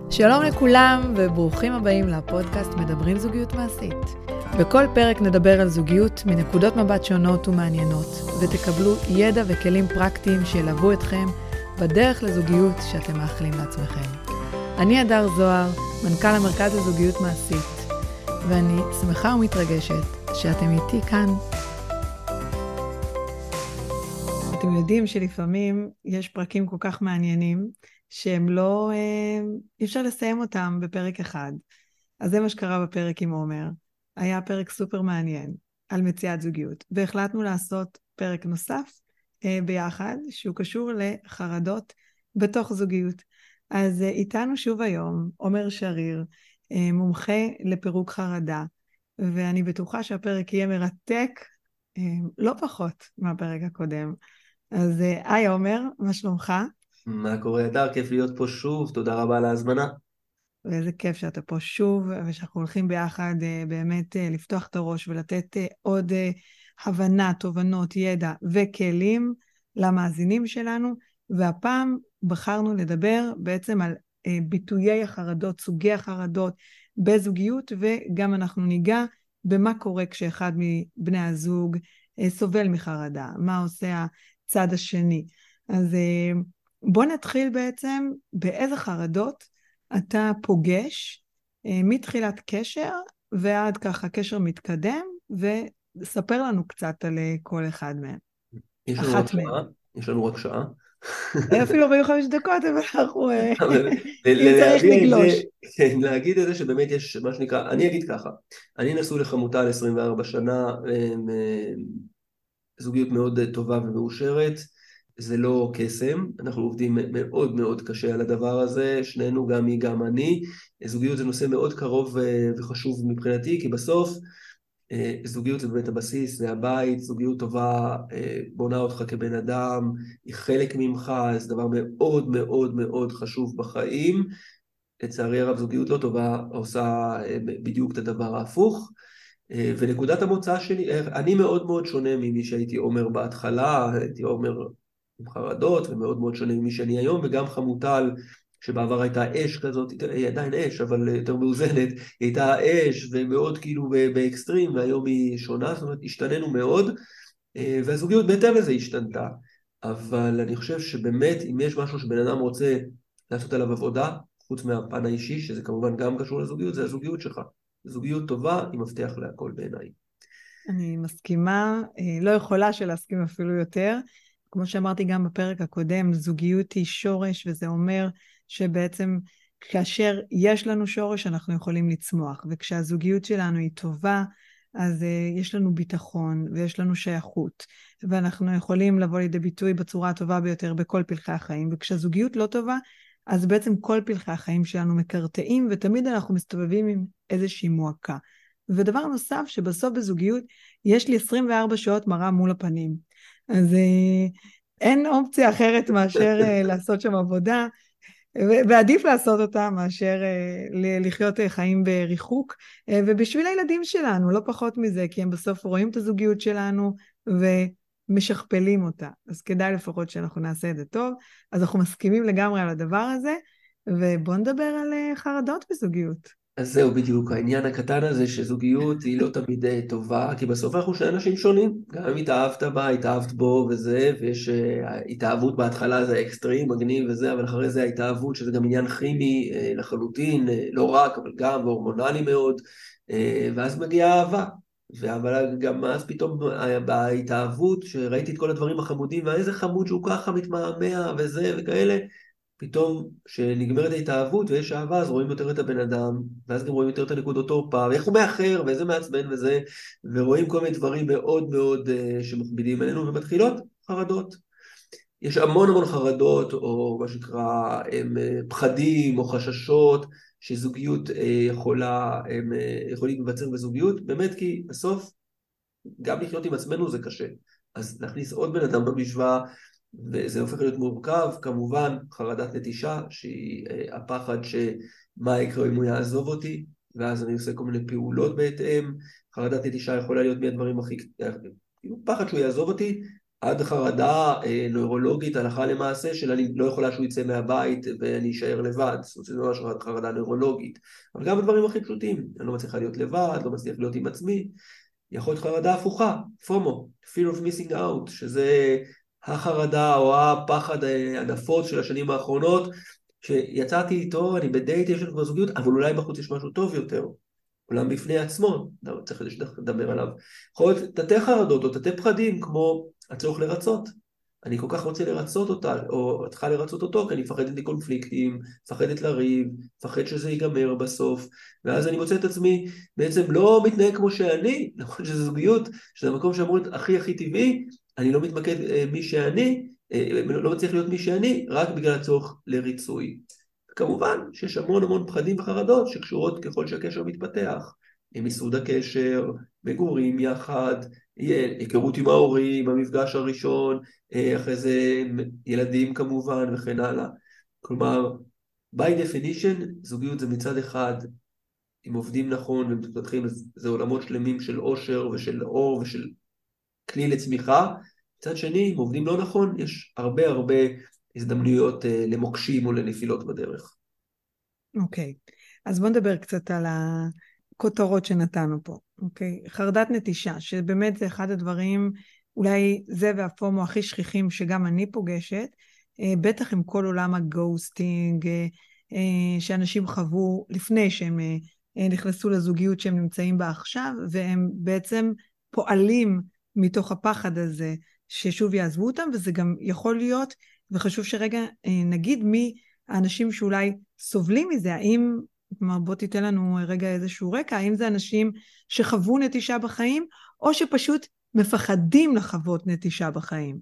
שלום לכולם וברוכים הבאים לפודקאסט מדברים זוגיות מעשית. בכל פרק נדבר על זוגיות מנקודות מבט שונות ומעניינות, ותקבלו ידע וכלים פרקטיים שילוו אתכם בדרך לזוגיות שאתם מאחלים לעצמכם. אני הדר זוהר, מנכ"ל המרכז לזוגיות מעשית, ואני שמחה ומתרגשת שאתם איתי כאן. אתם יודעים שלפעמים יש פרקים כל כך מעניינים, שהם לא, אי אפשר לסיים אותם בפרק אחד. אז זה מה שקרה בפרק עם עומר. היה פרק סופר מעניין על מציאת זוגיות, והחלטנו לעשות פרק נוסף ביחד, שהוא קשור לחרדות בתוך זוגיות. אז איתנו שוב היום, עומר שריר, מומחה לפירוק חרדה, ואני בטוחה שהפרק יהיה מרתק, לא פחות מהפרק הקודם. אז היי עומר, מה שלומך? מה קורה הדר? כיף להיות פה שוב, תודה רבה על ההזמנה. ואיזה כיף שאתה פה שוב, ושאנחנו הולכים ביחד באמת לפתוח את הראש ולתת עוד הבנה, תובנות, ידע וכלים למאזינים שלנו, והפעם בחרנו לדבר בעצם על ביטויי החרדות, סוגי החרדות בזוגיות, וגם אנחנו ניגע במה קורה כשאחד מבני הזוג סובל מחרדה, מה עושה הצד השני. אז בוא נתחיל בעצם באיזה חרדות אתה פוגש מתחילת קשר ועד ככה קשר מתקדם, וספר לנו קצת על כל אחד מהם. יש לנו רק אחת מהם. שעה, יש לנו רק שעה. אפילו 45 דקות, אבל אנחנו, אבל אם צריך להביע את זה, נגלוש. כן, להגיד את זה שבאמת יש מה שנקרא, אני אגיד ככה, אני נשוי לחמותה על 24 שנה, זוגיות מאוד טובה ומאושרת, זה לא קסם, אנחנו עובדים מאוד מאוד קשה על הדבר הזה, שנינו, גם היא גם אני, זוגיות זה נושא מאוד קרוב וחשוב מבחינתי, כי בסוף זוגיות זה באמת הבסיס, זה הבית, זוגיות טובה בונה אותך כבן אדם, היא חלק ממך, זה דבר מאוד מאוד מאוד חשוב בחיים. לצערי הרב זוגיות לא טובה עושה בדיוק את הדבר ההפוך, ונקודת המוצא שלי, אני מאוד מאוד שונה ממי שהייתי אומר בהתחלה, הייתי אומר עם חרדות, ומאוד מאוד שונה ממי שאני היום, וגם חמוטל שבעבר הייתה אש כזאת, היא עדיין אש, אבל יותר מאוזנת, היא הייתה אש ומאוד כאילו באקסטרים, והיום היא שונה, זאת אומרת, השתננו מאוד, והזוגיות בהתאם לזה השתנתה. אבל אני חושב שבאמת, אם יש משהו שבן אדם רוצה לעשות עליו עבודה, חוץ מהפן האישי, שזה כמובן גם קשור לזוגיות, זה הזוגיות שלך. זוגיות טובה היא מפתח להכל בעיניי. אני מסכימה, לא יכולה שלהסכים אפילו יותר. כמו שאמרתי גם בפרק הקודם, זוגיות היא שורש, וזה אומר שבעצם כאשר יש לנו שורש, אנחנו יכולים לצמוח. וכשהזוגיות שלנו היא טובה, אז יש לנו ביטחון ויש לנו שייכות, ואנחנו יכולים לבוא לידי ביטוי בצורה הטובה ביותר בכל פלחי החיים. וכשהזוגיות לא טובה, אז בעצם כל פלחי החיים שלנו מקרטעים, ותמיד אנחנו מסתובבים עם איזושהי מועקה. ודבר נוסף, שבסוף בזוגיות יש לי 24 שעות מראה מול הפנים. אז אין אופציה אחרת מאשר לעשות שם עבודה, ועדיף לעשות אותה מאשר לחיות חיים בריחוק, ובשביל הילדים שלנו, לא פחות מזה, כי הם בסוף רואים את הזוגיות שלנו ומשכפלים אותה. אז כדאי לפחות שאנחנו נעשה את זה טוב. אז אנחנו מסכימים לגמרי על הדבר הזה, ובואו נדבר על חרדות בזוגיות. אז זהו בדיוק, העניין הקטן הזה שזוגיות היא לא תמיד טובה, כי בסוף אנחנו שני אנשים שונים, גם אם התאהבת בה, התאהבת בו וזה, ויש התאהבות בהתחלה זה אקסטרים, מגניב וזה, אבל אחרי זה ההתאהבות, שזה גם עניין כימי לחלוטין, לא רק, אבל גם והורמונלי מאוד, ואז מגיעה אהבה, אבל גם אז פתאום בהתאהבות, שראיתי את כל הדברים החמודים, ואיזה חמוד שהוא ככה מתמהמה וזה וכאלה, פתאום שנגמרת ההתאהבות ויש אהבה, אז רואים יותר את הבן אדם, ואז גם רואים יותר את הנקודות תורפה, ואיך הוא מאחר, ואיזה מעצבן וזה, ורואים כל מיני דברים מאוד מאוד שמכבידים עלינו, ומתחילות חרדות. יש המון המון חרדות, או מה שנקרא פחדים, או חששות, שזוגיות יכולים לבצר בזוגיות, באמת כי בסוף, גם לחיות עם עצמנו זה קשה. אז להכניס עוד בן אדם במשוואה, וזה הופך להיות מורכב, כמובן חרדת נטישה, שהיא הפחד שמה יקרה אם הוא יעזוב אותי, ואז אני עושה כל מיני פעולות בהתאם. חרדת נטישה יכולה להיות מהדברים הכי, פחד שהוא יעזוב אותי, עד חרדה נוירולוגית הלכה למעשה של אני לא יכולה שהוא יצא מהבית ואני אשאר לבד, זאת אומרת, זה ממש חרדה נוירולוגית, אבל גם בדברים הכי פשוטים, אני לא מצליחה להיות לבד, לא מצליח להיות עם עצמי, יכול להיות חרדה הפוכה, פומו, fear of missing out, שזה החרדה או הפחד הנפוץ של השנים האחרונות, שיצאתי איתו, אני בדייט, יש לנו כבר זוגיות, אבל אולי בחוץ יש משהו טוב יותר, עולם בפני עצמו, צריך לדבר עליו. יכול להיות תתי חרדות או תתי פחדים, כמו הצורך לרצות. אני כל כך רוצה לרצות אותה, או צריכה לרצות אותו, כי אני מפחדת מקונפליקטים, מפחדת לריב, מפחד שזה ייגמר בסוף, ואז אני מוצא את עצמי בעצם לא מתנהג כמו שאני, נכון שזו זוגיות, שזה המקום שאמרו הכי הכי טבעי, אני לא מתמקד מי שאני, לא מצליח להיות מי שאני, רק בגלל הצורך לריצוי. כמובן שיש המון המון פחדים וחרדות שקשורות ככל שהקשר מתפתח, מיסוד הקשר, מגורים יחד, היכרות עם ההורים, המפגש הראשון, אחרי זה ילדים כמובן וכן הלאה. כלומר, by definition, זוגיות זה מצד אחד, אם עובדים נכון ומתפתחים, זה עולמות שלמים של אושר ושל אור ושל כלי לצמיחה. מצד שני, אם עובדים לא נכון, יש הרבה הרבה הזדמנויות למוקשים או לנפילות בדרך. אוקיי, אז בוא נדבר קצת על הכותרות שנתנו פה. אוקיי, חרדת נטישה, שבאמת זה אחד הדברים, אולי זה והפומו הכי שכיחים שגם אני פוגשת, בטח עם כל עולם הגוסטינג, שאנשים חוו לפני שהם נכנסו לזוגיות שהם נמצאים בה עכשיו, והם בעצם פועלים מתוך הפחד הזה ששוב יעזבו אותם, וזה גם יכול להיות, וחשוב שרגע נגיד מי האנשים שאולי סובלים מזה, האם, בוא תיתן לנו רגע איזשהו רקע, האם זה אנשים שחוו נטישה בחיים, או שפשוט מפחדים לחוות נטישה בחיים?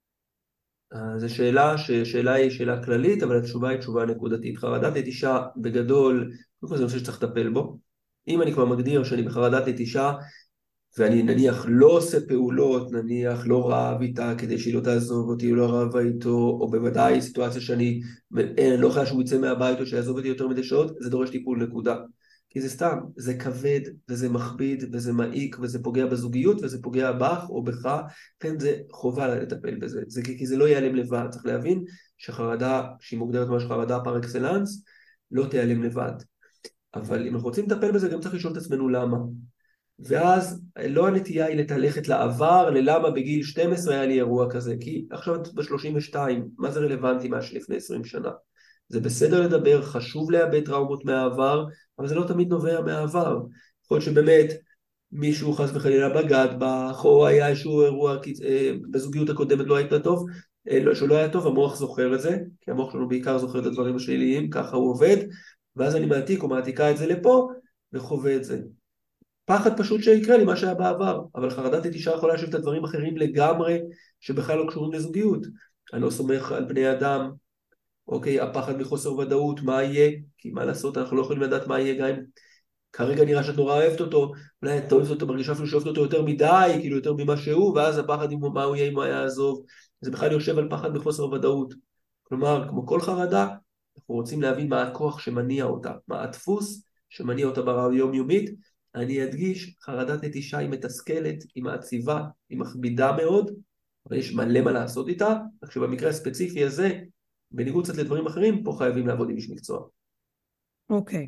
זו שאלה היא שאלה כללית, אבל התשובה היא תשובה נקודתית. חרדת נטישה בגדול, זה נושא שצריך לטפל בו. אם אני כבר מגדיר שאני בחרדת נטישה, ואני נניח לא עושה פעולות, נניח לא רב איתה כדי שהיא לא תעזוב אותי, או לא רבה איתו, או בוודאי סיטואציה שאני לא חייב שהוא יצא מהבית או שיעזוב אותי יותר מדי שעות, זה דורש טיפול נקודה. כי זה סתם, זה כבד וזה מכביד וזה מעיק וזה פוגע בזוגיות וזה פוגע בך או בך, כן זה חובה לטפל בזה, כי זה לא ייעלם לבד, צריך להבין שחרדה שהיא מוגדרת ממש חרדה פר אקסלנס, לא תיעלם לבד. אבל אם אנחנו רוצים לטפל בזה גם צריך לשאול את עצמנו למה. ואז לא הנטייה היא ללכת לעבר, ללמה בגיל 12 היה לי אירוע כזה, כי עכשיו את ב-32, מה זה רלוונטי מה שלפני 20 שנה? זה בסדר לדבר, חשוב לאבד טראומות מהעבר, אבל זה לא תמיד נובע מהעבר. יכול להיות שבאמת מישהו חס וחלילה בגד בך, או היה איזשהו אירוע בזוגיות הקודמת לא הייתה טוב, שלא היה טוב, המוח זוכר את זה, כי המוח שלנו בעיקר זוכר את הדברים השליליים, ככה הוא עובד, ואז אני מעתיק או מעתיקה את זה לפה, וחווה את זה. פחד פשוט שיקרה לי מה שהיה בעבר, אבל חרדת נטישה יכולה לשבת את הדברים אחרים לגמרי, שבכלל לא קשורים לזוגיות. אני לא סומך על בני אדם, אוקיי, הפחד מחוסר ודאות, מה יהיה? כי מה לעשות, אנחנו לא יכולים לדעת מה יהיה, גם אם כרגע נראה שאת נורא אוהבת אותו, אולי את אוהבת אותו, מרגישה אפילו שאוהבת אותו יותר מדי, כאילו יותר ממה שהוא, ואז הפחד עם מה הוא יהיה אם הוא היה יעזוב, זה בכלל יושב על פחד מחוסר ודאות. כלומר, כמו כל חרדה, אנחנו רוצים להבין מה הכוח שמניע אותה, מה הדפוס שמניע אותה ביומיומית. אני אדגיש, חרדת נטישה היא מתסכלת, היא מעציבה, היא מכבידה מאוד, אבל יש מלא מה לעשות איתה, רק שבמקרה הספציפי הזה, בניגוד קצת לדברים אחרים, פה חייבים לעבוד עם איש מקצוע. אוקיי,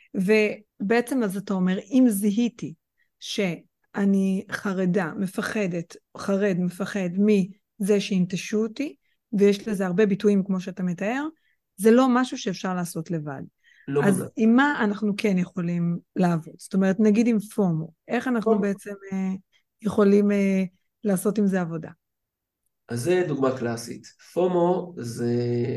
ובעצם אז אתה אומר, אם זיהיתי שאני חרדה, מפחדת, מפחד מזה שינטשו אותי, ויש לזה הרבה ביטויים כמו שאתה מתאר, זה לא משהו שאפשר לעשות לבד. לא אז ממש. עם מה אנחנו כן יכולים לעבוד? זאת אומרת, נגיד עם פומו, איך אנחנו בעצם יכולים לעשות עם זה עבודה? אז זה דוגמה קלאסית. פומו זה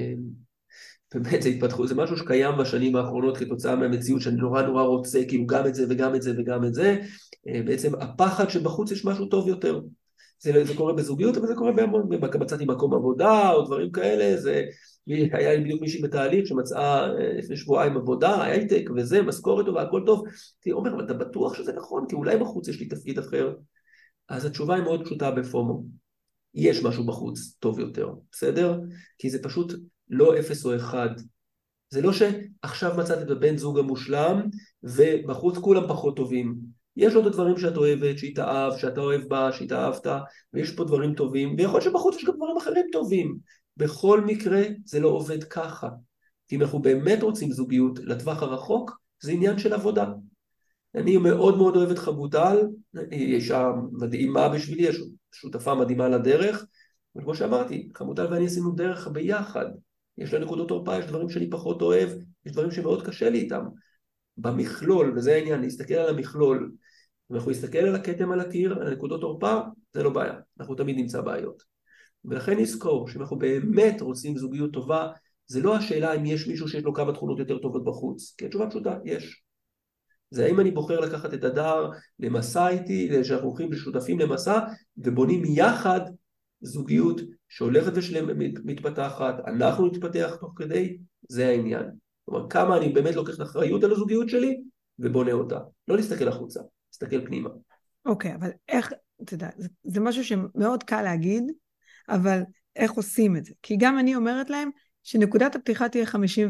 באמת זה התפתחות, זה משהו שקיים בשנים האחרונות כתוצאה מהמציאות שאני נורא נורא רוצה, כאילו גם את זה וגם את זה וגם את זה, בעצם הפחד שבחוץ יש משהו טוב יותר. זה קורה בזוגיות, אבל זה קורה בהמון, מצאתי מקום עבודה או דברים כאלה, היה לי בדיוק מישהי בתהליך שמצאה לפני שבועיים עבודה, הייטק וזה, משכורת טובה, הכל טוב. אני אומר, אבל אתה בטוח שזה נכון? כי אולי בחוץ יש לי תפקיד אחר. אז התשובה היא מאוד פשוטה בפומו. יש משהו בחוץ טוב יותר, בסדר? כי זה פשוט לא 0 או 1. זה לא שעכשיו מצאת את הבן זוג המושלם, ובחוץ כולם פחות טובים. יש עוד דברים שאת אוהבת, שהיא תאהב, שאתה אוהב בה, שהיא תאהבת, ויש פה דברים טובים, ויכול להיות שבחוץ יש גם דברים אחרים טובים. בכל מקרה זה לא עובד ככה. כי אם אנחנו באמת רוצים זוגיות לטווח הרחוק, זה עניין של עבודה. אני מאוד מאוד אוהב את חמוטל, היא אישה מדהימה בשבילי, יש שותפה מדהימה לדרך, וכמו שאמרתי, חמוטל ואני עשינו דרך ביחד. יש לה נקודות תורפה, יש דברים שאני פחות אוהב, יש דברים שמאוד קשה לי איתם. במכלול, וזה העניין, להסתכל על המכלול. אם אנחנו נסתכל על הכתם על הקיר, על נקודות תורפה, זה לא בעיה, אנחנו תמיד נמצא בעיות. ולכן נזכור שאם אנחנו באמת רוצים זוגיות טובה, זה לא השאלה אם יש מישהו שיש לו כמה תכונות יותר טובות בחוץ, כי התשובה פשוטה, יש. זה האם אני בוחר לקחת את הדר למסע איתי, שאנחנו הולכים בשותפים למסע, ובונים יחד זוגיות שהולכת ומתפתחת, אנחנו נתפתח תוך כדי, זה העניין. כלומר, כמה אני באמת לוקח את האחריות על הזוגיות שלי, ובונה אותה. לא להסתכל החוצה, להסתכל פנימה. אוקיי, אבל איך, אתה יודע, זה משהו שמאוד קל להגיד, אבל איך עושים את זה? כי גם אני אומרת להם, שנקודת הפתיחה תהיה 51%.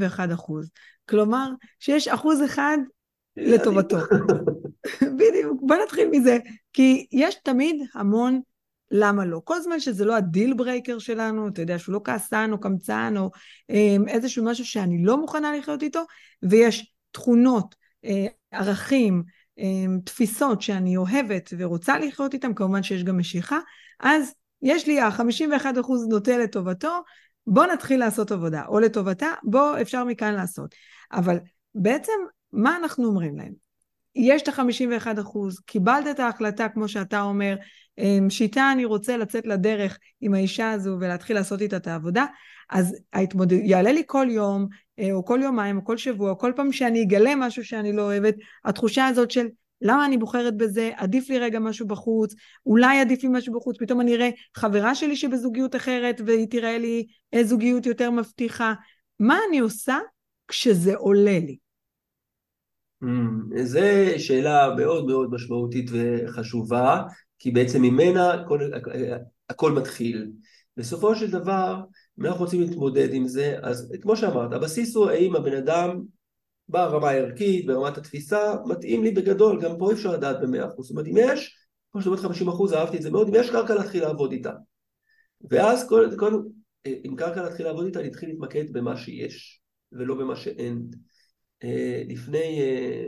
כלומר, שיש 1% לטובתו. בדיוק, בוא נתחיל מזה, כי יש תמיד המון למה לא. כל זמן שזה לא הדיל ברייקר שלנו, אתה יודע, שהוא לא כעסן או קמצן, או איזשהו משהו שאני לא מוכנה לחיות איתו, ויש תכונות, ערכים, תפיסות שאני אוהבת ורוצה לחיות איתם, כמובן שיש גם משיכה, אז יש לי 51% נוטה לטובתו, בוא נתחיל לעשות עבודה, או לטובתה, בוא אפשר מכאן לעשות. אבל בעצם, מה אנחנו אומרים להם? יש את ה-51%, קיבלת את ההחלטה, כמו שאתה אומר, שיטה אני רוצה לצאת לדרך עם האישה הזו, ולהתחיל לעשות איתה את העבודה, אז יעלה לי כל יום, או כל יומיים, או כל שבוע, או כל פעם שאני אגלה משהו שאני לא אוהבת, התחושה הזאת של, למה אני בוחרת בזה, עדיף לי רגע משהו בחוץ, אולי עדיף לי משהו בחוץ, פתאום אני אראה חברה שלי שבזוגיות אחרת, והיא תראה לי זוגיות יותר מבטיחה, מה אני עושה כשזה עולה לי? זו שאלה מאוד מאוד משמעותית וחשובה, כי בעצם ממנה הכל מתחיל. בסופו של דבר, אם אנחנו רוצים להתמודד עם זה, אז כמו שאמרת, הבסיס הוא האם הבן אדם ברמה הערכית, ברמת התפיסה, מתאים לי בגדול, גם פה אפשר לדעת ב100%. זאת אומרת, אם יש, כמו שאת אומרת 50%, אהבתי את זה מאוד, אם יש קרקע להתחיל לעבוד איתה. ואז אם קרקע להתחיל לעבוד איתה, נתחיל להתמקד במה שיש, ולא במה שאין. לפני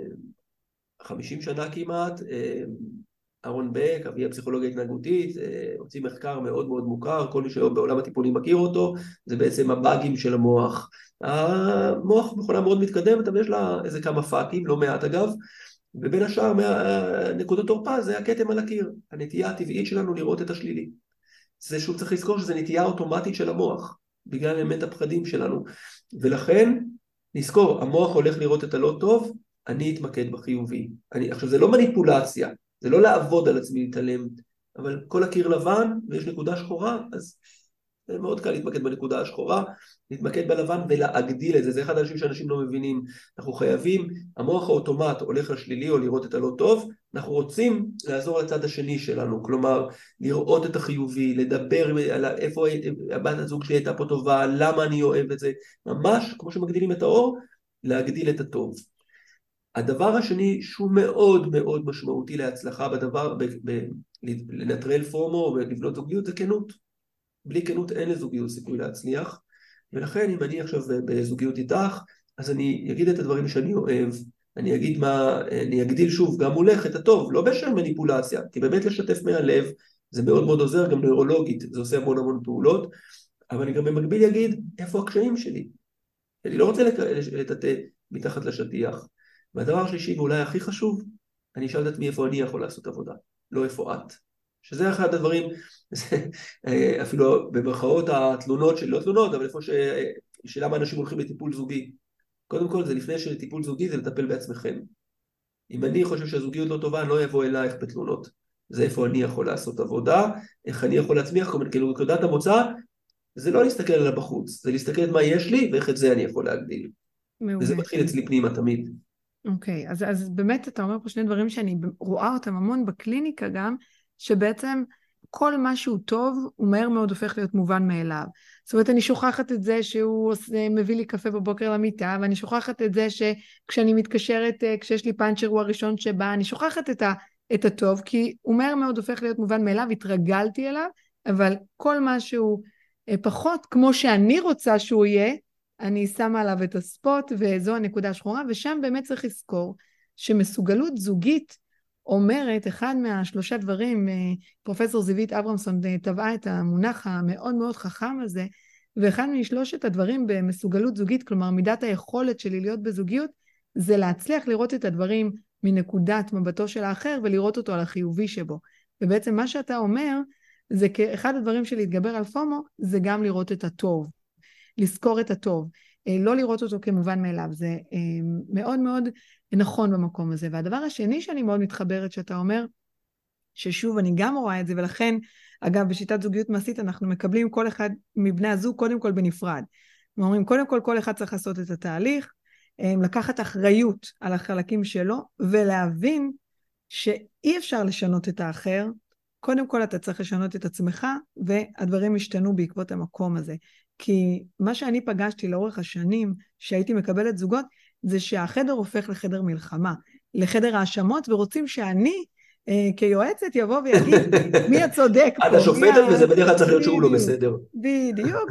50 שנה כמעט, אהרון בק, אבי הפסיכולוגיה ההתנהגותית, הוציא מחקר מאוד מאוד מוכר, כל מי שהיום בעולם הטיפולי מכיר אותו, זה בעצם הבאגים של המוח. המוח מכונה מאוד מתקדמת, אבל יש לה איזה כמה פאקים, לא מעט אגב, ובין השאר נקודות תורפה זה הכתם על הקיר, הנטייה הטבעית שלנו לראות את השלילי. זה שוב צריך לזכור שזה נטייה אוטומטית של המוח, בגלל אלמנט הפחדים שלנו, ולכן נזכור, המוח הולך לראות את הלא טוב, אני אתמקד בחיובי. עכשיו זה לא מניפולציה, זה לא לעבוד על עצמי להתעלם, אבל כל הקיר לבן ויש נקודה שחורה, אז זה מאוד קל להתמקד בנקודה השחורה, להתמקד בלבן ולהגדיל את זה, זה אחד האנשים שאנשים לא מבינים, אנחנו חייבים, המוח האוטומט הולך לשלילי או לראות את הלא טוב, אנחנו רוצים לעזור לצד השני שלנו, כלומר לראות את החיובי, לדבר על איפה הבת הזוג שלי הייתה פה טובה, למה אני אוהב את זה, ממש כמו שמגדילים את האור, להגדיל את הטוב. הדבר השני שהוא מאוד מאוד משמעותי להצלחה בדבר, לנטרל פורמו ולבנות זוגיות, זה כנות. בלי כנות אין לזוגיות סיכוי להצליח, ולכן אם אני עכשיו בזוגיות איתך, אז אני אגיד את הדברים שאני אוהב, אני אגדיל שוב גם מולך את הטוב, לא בשם מניפולציה, כי באמת לשתף מהלב, זה מאוד מאוד עוזר, גם נוירולוגית, זה עושה המון המון פעולות, אבל אני גם במקביל אגיד איפה הקשיים שלי, אני לא רוצה לטאטא מתחת לשטיח. והדבר השלישי ואולי הכי חשוב, אני אשאל את עצמי איפה אני יכול לעשות עבודה, לא איפה את. שזה אחד הדברים, אפילו במרכאות התלונות שלי, לא תלונות, אבל איפה שלמה אנשים הולכים לטיפול זוגי. קודם כל זה לפני שטיפול זוגי זה לטפל בעצמכם. אם אני חושב שהזוגיות לא טובה, אני לא אבוא אלייך בתלונות. זה איפה אני יכול לעשות עבודה, איך אני יכול להצמיח, כאילו נקודת המוצא, זה לא להסתכל על הבחוץ, זה להסתכל על מה יש לי ואיך את זה אני יכול להגדיל. וזה מתחיל אצלי פנימה תמיד. אוקיי, אז באמת אתה אומר פה שני דברים שאני רואה אותם המון בקליניקה גם, שבעצם כל מה שהוא טוב, הוא מהר מאוד הופך להיות מובן מאליו. זאת אומרת, אני שוכחת את זה שהוא מביא לי קפה בבוקר למיטה, ואני שוכחת את זה שכשאני מתקשרת, כשיש לי פאנצ'ר הוא הראשון שבא, אני שוכחת את הטוב, כי הוא מהר מאוד הופך להיות מובן מאליו, התרגלתי אליו, אבל כל מה שהוא פחות כמו שאני רוצה שהוא יהיה, אני שמה עליו את הספוט, וזו הנקודה השחורה, ושם באמת צריך לזכור שמסוגלות זוגית אומרת, אחד מהשלושה דברים, פרופסור זיווית אברמסון טבעה את המונח המאוד מאוד חכם הזה, ואחד משלושת הדברים במסוגלות זוגית, כלומר מידת היכולת שלי להיות בזוגיות, זה להצליח לראות את הדברים מנקודת מבטו של האחר, ולראות אותו על החיובי שבו. ובעצם מה שאתה אומר, זה כאחד הדברים של להתגבר על פומו, זה גם לראות את הטוב, לזכור את הטוב, לא לראות אותו כמובן מאליו, זה מאוד מאוד נכון במקום הזה. והדבר השני שאני מאוד מתחברת שאתה אומר, ששוב אני גם רואה את זה, ולכן אגב בשיטת זוגיות מעשית אנחנו מקבלים כל אחד מבני הזוג קודם כל בנפרד. אומרים קודם כל אחד צריך לעשות את התהליך, לקחת אחריות על החלקים שלו, ולהבין שאי אפשר לשנות את האחר, קודם כל אתה צריך לשנות את עצמך, והדברים השתנו בעקבות המקום הזה. כי מה שאני פגשתי לאורך השנים, שהייתי מקבלת זוגות, זה שהחדר הופך לחדר מלחמה, לחדר האשמות, ורוצים שאני כיועצת יבוא ויגיד מי הצודק פה. את השופטת וזה בדרך כלל צריך להיות שהוא לא בסדר. בדיוק,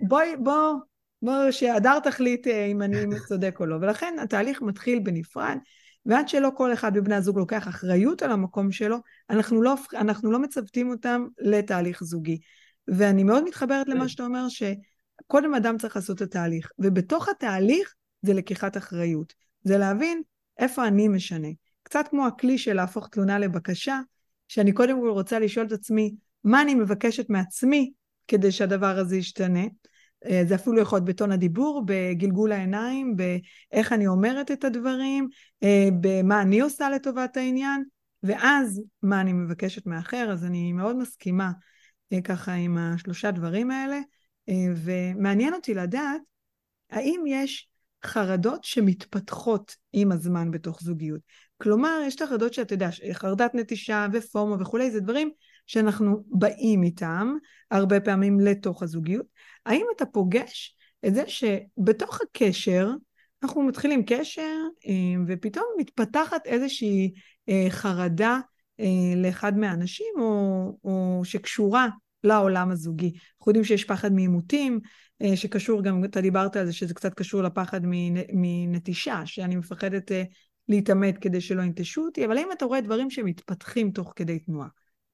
בוא שהדר תחליט אם אני צודק או לא. ולכן התהליך מתחיל בנפרד, ועד שלא כל אחד בבני הזוג לוקח אחריות על המקום שלו, אנחנו לא מצוותים אותם לתהליך זוגי. ואני מאוד מתחברת למה שאתה אומר, שקודם אדם צריך לעשות את התהליך, ובתוך התהליך זה לקיחת אחריות. זה להבין איפה אני משנה. קצת כמו הכלי של להפוך תלונה לבקשה, שאני קודם כל רוצה לשאול את עצמי, מה אני מבקשת מעצמי כדי שהדבר הזה ישתנה. זה אפילו יכול להיות בטון הדיבור, בגלגול העיניים, באיך אני אומרת את הדברים, במה אני עושה לטובת העניין, ואז מה אני מבקשת מאחר. אז אני מאוד מסכימה ככה עם השלושה דברים האלה, ומעניין אותי לדעת, האם יש חרדות שמתפתחות עם הזמן בתוך זוגיות. כלומר, יש את החרדות שאתה יודע, חרדת נטישה ופומו וכולי, זה דברים שאנחנו באים איתם הרבה פעמים לתוך הזוגיות. האם אתה פוגש את זה שבתוך הקשר, אנחנו מתחילים קשר, ופתאום מתפתחת איזושהי חרדה לאחד מהאנשים, או שקשורה לעולם הזוגי. אנחנו יודעים שיש פחד מעימותים, שקשור גם, אתה דיברת על זה, שזה קצת קשור לפחד מנטישה, שאני מפחדת להתאמת כדי שלא ינטשו אותי, אבל האם אתה רואה דברים שמתפתחים תוך כדי תנועה?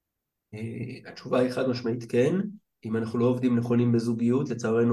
התשובה היא חד משמעית כן. אם אנחנו לא עובדים נכונים בזוגיות,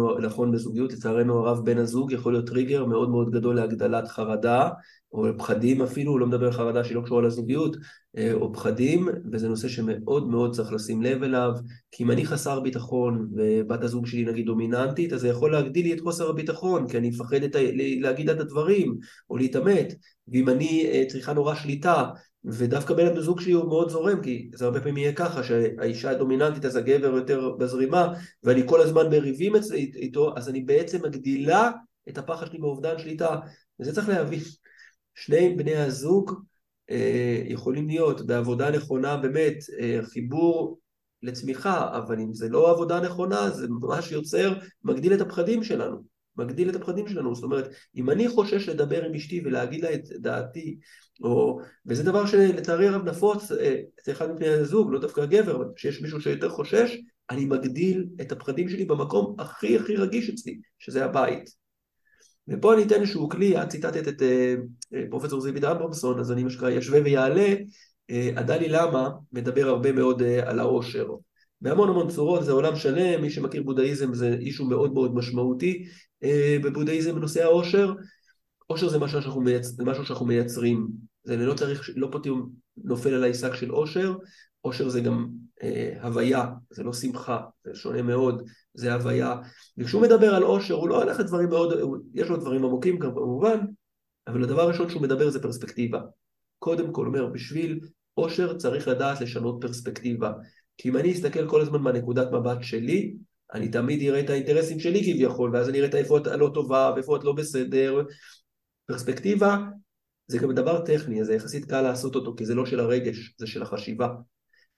לצערנו הרב בן הזוג יכול להיות טריגר מאוד מאוד גדול להגדלת חרדה, או פחדים אפילו, הוא לא מדבר על חרדה שהיא לא קשורה לזוגיות, או פחדים, וזה נושא שמאוד מאוד צריך לשים לב אליו, כי אם אני חסר ביטחון, ובת הזוג שלי נגיד דומיננטית, אז זה יכול להגדיל לי את חוסר הביטחון, כי אני מפחד להגיד את הדברים, או להתאמת, ואם אני צריכה נורא שליטה, ודווקא בין הזוג שלי הוא מאוד זורם, כי זה הרבה פעמים יהיה ככה, שהאישה הדומיננטית אז הגבר יותר בזרימה, ואני כל הזמן מריבים איתו, אז אני בעצם מגדילה את הפחד שלי מאובדן שליטה, וזה צריך להבין. שני בני הזוג יכולים להיות בעבודה נכונה באמת, חיבור לצמיחה, אבל אם זה לא עבודה נכונה, זה ממש יוצר, מגדיל את הפחדים שלנו. זאת אומרת, אם אני חושש לדבר עם אשתי ולהגיד לה את דעתי, וזה דבר שלצערי הרב נפוץ, זה אחד מבני הזוג, לא דווקא הגבר, אבל שיש מישהו שיותר חושש, אני מגדיל את הפחדים שלי במקום הכי הכי רגיש אצלי, שזה הבית. ופה אני אתן איזשהו כלי, את ציטטת את פרופסור זיווית אברמסון, אז אני ישווה ויעלה, הדלי למה מדבר הרבה מאוד על העושר. בהמון המון צורות, זה עולם שלם, מי שמכיר בודהיזם זה אישו מאוד מאוד משמעותי, בבודהיזם בנושא העושר, עושר זה משהו שאנחנו מייצרים, זה לא פתאום נופל על העיסק של עושר, עושר זה גם הוויה, זה לא שמחה, זה שונה מאוד, זה הוויה, וכשהוא מדבר על עושר, הוא לא הולך לדברים מאוד, יש לו דברים עמוקים כמובן, אבל הדבר הראשון שהוא מדבר זה פרספקטיבה. קודם כל אומר, בשביל עושר צריך לדעת לשנות פרספקטיבה, כי אם אני אסתכל כל הזמן מהנקודת מבט שלי, אני תמיד אראה את האינטרסים שלי כביכול, ואז אני אראה את איפה את לא טובה, ואיפה את לא בסדר. פרספקטיבה זה גם דבר טכני, זה יחסית קל לעשות אותו, כי זה לא של הרגש, זה של החשיבה.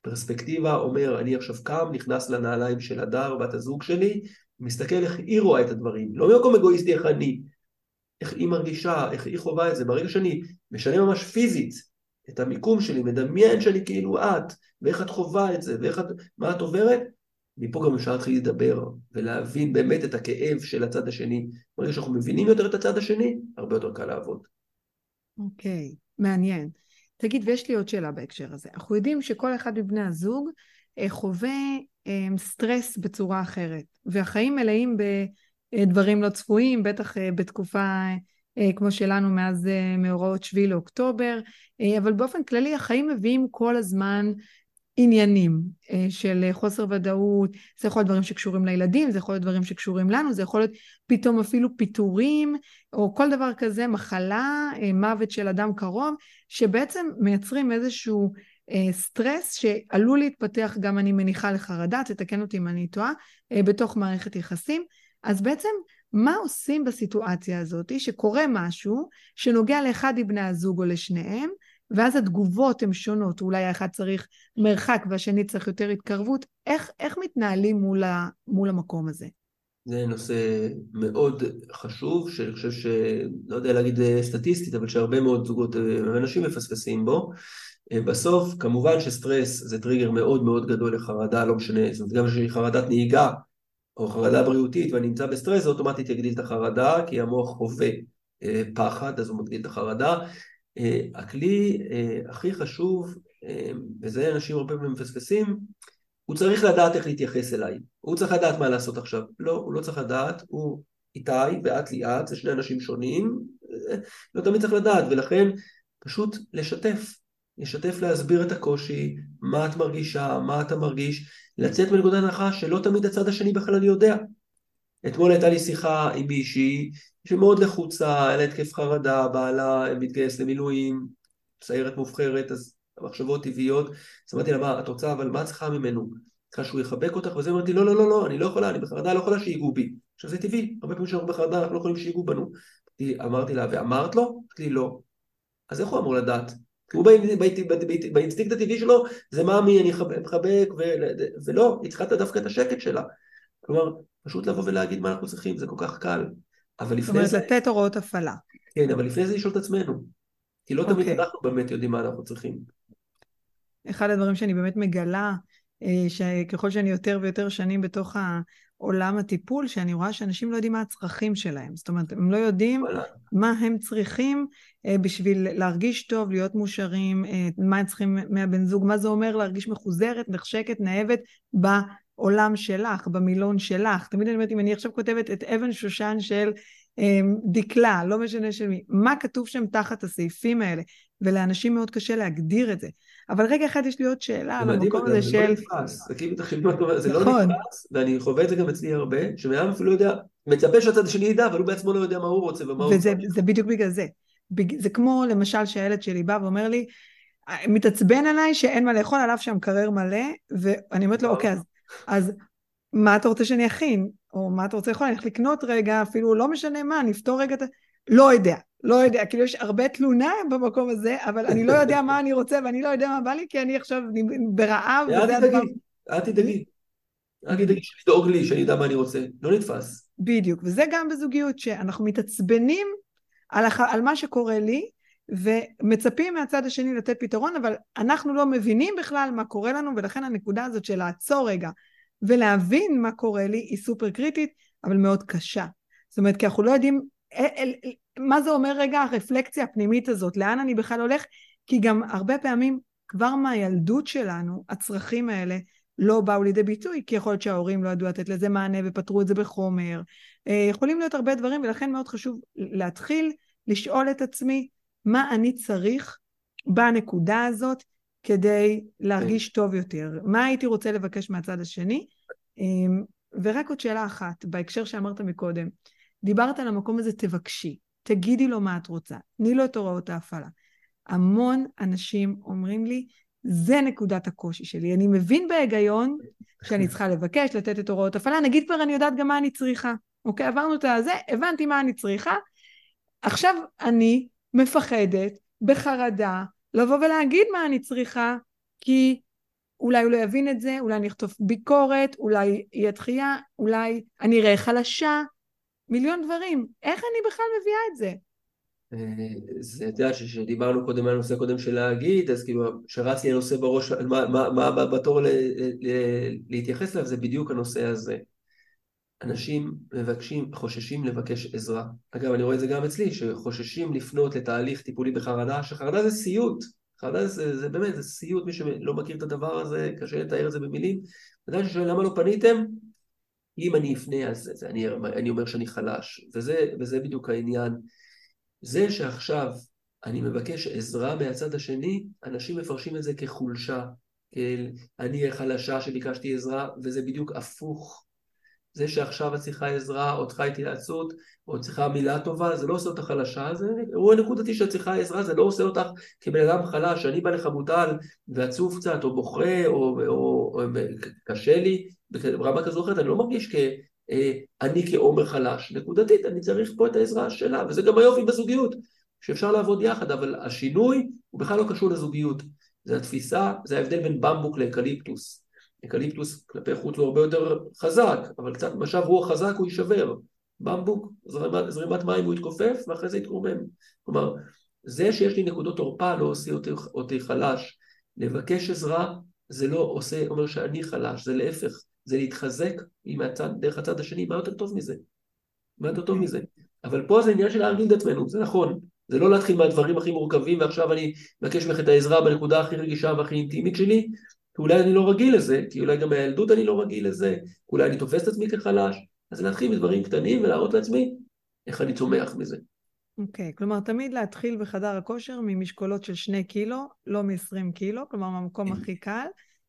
פרספקטיבה אומר, אני עכשיו קם, נכנס לנעליים של הדר, בת הזוג שלי, מסתכל איך היא רואה את הדברים, לא ממקום אגואיסטי איך אני, איך היא מרגישה, איך היא חובה את זה, ברגע שאני משנה ממש פיזית את המיקום שלי, מדמיין שאני כאילו את, ואיך את חובה את זה, מה את עוברת, מפה גם אפשר להתחיל לדבר, ולהבין באמת את הכאב של הצד השני, ברגע שאנחנו מבינים יותר את הצד השני, הרבה יותר קל לעבוד. אוקיי, מעניין. תגיד, ויש לי עוד שאלה בהקשר הזה. אנחנו יודעים שכל אחד מבני הזוג חווה סטרס בצורה אחרת, והחיים מלאים בדברים לא צפויים, בטח בתקופה כמו שלנו מאז מאורעות 7 לאוקטובר, אבל באופן כללי החיים מביאים כל הזמן עניינים של חוסר ודאות, זה יכול להיות דברים שקשורים לילדים, זה יכול להיות דברים שקשורים לנו, זה יכול להיות פתאום אפילו פיטורים, או כל דבר כזה, מחלה, מוות של אדם קרוב, שבעצם מייצרים איזשהו סטרס שעלול להתפתח גם אני מניחה לחרדה, תתקן אותי אם אני טועה, בתוך מערכת יחסים. אז בעצם מה עושים בסיטואציה הזאת שקורה משהו שנוגע לאחד מבני הזוג או לשניהם, ואז התגובות הן שונות, אולי האחד צריך מרחק והשני צריך יותר התקרבות, איך מתנהלים מול המקום הזה? זה נושא מאוד חשוב, שאני חושב לא יודע להגיד סטטיסטית, אבל שהרבה מאוד זוגות ואנשים מפספסים בו. בסוף, כמובן שסטרס זה טריגר מאוד מאוד גדול לחרדה, לא משנה, זאת אומרת, גם שיש חרדת נהיגה, או חרדה בריאותית, ואני נמצא בסטרס, זה אוטומטית יגדיל את החרדה, כי המוח חווה פחד, אז הוא מגדיל את החרדה. הכלי הכי חשוב, וזה אנשים הרבה פעמים מפספסים, הוא צריך לדעת איך להתייחס אליי. הוא צריך לדעת מה לעשות עכשיו. לא, הוא לא צריך לדעת, הוא איתי ואת ליאת, זה שני אנשים שונים, לא תמיד צריך לדעת, ולכן פשוט לשתף להסביר את הקושי, מה את מרגישה, מה אתה מרגיש, לצאת מנקודת הנחה שלא תמיד הצד השני בכלל אני יודע. אתמול הייתה לי שיחה עם מישהי שמאוד לחוצה, היה לה התקף חרדה, בעלה מתגייס למילואים, סיירת מובחרת, אז המחשבות טבעיות, אז אמרתי לה, מה, את רוצה, אבל מה את צריכה ממנו? צריכה שהוא יחבק אותך, וזה אמרתי, לא, לא, לא, לא, אני לא יכולה, אני בחרדה לא יכולה שיגעו בי. עכשיו זה טבעי, הרבה פעמים שאנחנו בחרדה, אנחנו לא יכולים שיגעו בנו. אמרתי לה, ואמרת לו? אמרתי לי, לא. אז איך הוא אמור לדעת? כי הוא באינסטינקט הטבעי שלו, זה מאמי, אני מחבק, ולא, היא צריכה דווקא את השקט שלה. כלומר, פשוט לבוא ולהגיד מה אנחנו צריכים, זה כל כך קל. אבל זאת אומרת, לתת הוראות הפעלה. כן, אבל לפני זה לשאול את עצמנו. כי לא תמיד אנחנו באמת יודעים מה אנחנו צריכים. אחד הדברים שאני באמת מגלה, שככל שאני יותר ויותר שנים בתוך העולם הטיפול, שאני רואה שאנשים לא יודעים מה הצרכים שלהם. זאת אומרת, הם לא יודעים מה הם צריכים בשביל להרגיש טוב, להיות מאושרים, מה הם צריכים מהבן זוג, מה זה אומר להרגיש מחוזרת, נחשקת, נאהבת בעולם שלך, במילון שלך. תמיד אני אומרת, אם אני עכשיו כותבת את אבן שושן של דקלה, לא משנה של מי, מה כתוב שם תחת הסעיפים האלה, ולאנשים מאוד קשה להגדיר את זה. אבל רגע אחד יש לי עוד שאלה על המקום הזה של... זה לא נתפס, זה לא נתפס, ואני חווה את זה גם אצלי הרבה, שמאם אפילו יודע, מצפה שהצד השני ידע, אבל הוא בעצמו לא יודע מה הוא רוצה ומה הוא רוצה. וזה בדיוק בגלל זה. זה כמו למשל שהילד שלי בא ואומר לי, מתעצבן עליי שאין מה לאכול, עליו שם קרר מלא, ואני אומרת לו, אוקיי, אז מה אתה רוצה שאני אכין? או מה אתה רוצה לאכול? אני הולך לקנות רגע, אפילו לא משנה מה, נפתור רגע, לא יודע, כאילו יש הרבה תלונה במקום הזה, אבל אני לא יודע מה אני רוצה, ואני לא יודע מה בא לי, כי אני עכשיו ברעב, וזה הדבר... אל תדאגי שתדאוג לי, שאני יודע מה אני רוצה, לא נתפס. בדיוק, וזה גם בזוגיות, שאנחנו מתעצבנים על מה שקורה לי, ומצפים מהצד השני לתת פתרון, אבל אנחנו לא מבינים בכלל מה קורה לנו, ולכן הנקודה הזאת של לעצור רגע, ולהבין מה קורה לי, היא סופר קריטית, אבל מאוד קשה. זאת אומרת, כי אנחנו לא יודעים מה זה אומר רגע הרפלקציה הפנימית הזאת, לאן אני בכלל הולך, כי גם הרבה פעמים כבר מהילדות שלנו, הצרכים האלה לא באו לידי ביטוי, כי יכול להיות שההורים לא ידעו לתת לזה מענה ופתרו את זה בחומר. יכולים להיות הרבה דברים, ולכן מאוד חשוב להתחיל לשאול את עצמי, מה אני צריך בנקודה הזאת כדי להרגיש טוב יותר? מה הייתי רוצה לבקש מהצד השני? ורק עוד שאלה אחת, בהקשר שאמרת מקודם, דיברת על המקום הזה, תבקשי, תגידי לו מה את רוצה, תני לו את הוראות ההפעלה. המון אנשים אומרים לי, זה נקודת הקושי שלי, אני מבין בהיגיון שאני צריכה לבקש, לתת את הוראות ההפעלה, נגיד כבר אני יודעת גם מה אני צריכה, אוקיי, עברנו את זה, הבנתי מה אני צריכה, עכשיו אני מפחדת, בחרדה, לבוא ולהגיד מה אני צריכה, כי אולי הוא לא יבין את זה, אולי אני אכתוב ביקורת, אולי יהיה דחייה, אולי אני אראה חלשה, מיליון דברים. איך אני בכלל מביאה את זה? זה, אתה יודע, שדיברנו קודם על הנושא הקודם של להגיד, אז כאילו, שרץ לי הנושא בראש, מה הבא בתור להתייחס אליו, זה בדיוק הנושא הזה. אנשים חוששים לבקש עזרה. אגב, אני רואה את זה גם אצלי, שחוששים לפנות לתהליך טיפולי בחרדה, שחרדה זה סיוט. חרדה זה באמת, זה סיוט, מי שלא מכיר את הדבר הזה, קשה לתאר את זה במילים. עדיין ששואל למה לא פניתם? אם אני אפנה, אז אני אומר שאני חלש. וזה בדיוק העניין. זה שעכשיו אני מבקש עזרה מהצד השני, אנשים מפרשים את זה כחולשה, אני חלשה שביקשתי עזרה, וזה בדיוק הפוך. זה שעכשיו את צריכה עזרה, או צריכה התייעצות, או צריכה מילה טובה, זה לא עושה אותך חלשה, זה אירוע נקודתי שאת צריכה עזרה, זה לא עושה אותך כבן אדם חלש, שאני בא לך מוטל ועצוב קצת, או בוכה, או קשה לי, ברמה כזו או אחרת, אני לא מרגיש אני כעומר חלש, נקודתית, אני צריך פה את העזרה שלה, וזה גם היופי בזוגיות, שאפשר לעבוד יחד, אבל השינוי הוא בכלל לא קשור לזוגיות, זה התפיסה, זה ההבדל בין במבוק לאקליפטוס. אקליפטוס כלפי חוץ הוא הרבה יותר חזק, אבל קצת משב רוח חזק הוא יישבר. במבוק, זרימת מים הוא יתכופף, ואחרי זה יתרומם. כלומר, זה שיש לי נקודות תורפה לא עושה אותי חלש. לבקש עזרה זה לא עושה, אומר שאני חלש, זה להפך. זה להתחזק דרך הצד השני, מה יותר טוב מזה? מה יותר טוב מזה? אבל פה זה עניין של להרגיל את עצמנו, זה נכון. זה לא להתחיל מהדברים הכי מורכבים, ועכשיו אני מבקש ממך את העזרה בנקודה הכי רגישה והכי אינטימית שלי, כי אולי אני לא רגיל לזה, כי אולי גם מהילדות אני לא רגיל לזה, אולי אני תופס את עצמי כחלש, אז להתחיל בדברים קטנים ולהראות לעצמי איך אני צומח מזה. אוקיי, כלומר תמיד להתחיל בחדר הכושר ממשקולות של 2 קילו, לא מ-20 קילו, כלומר מהמקום הכי קל,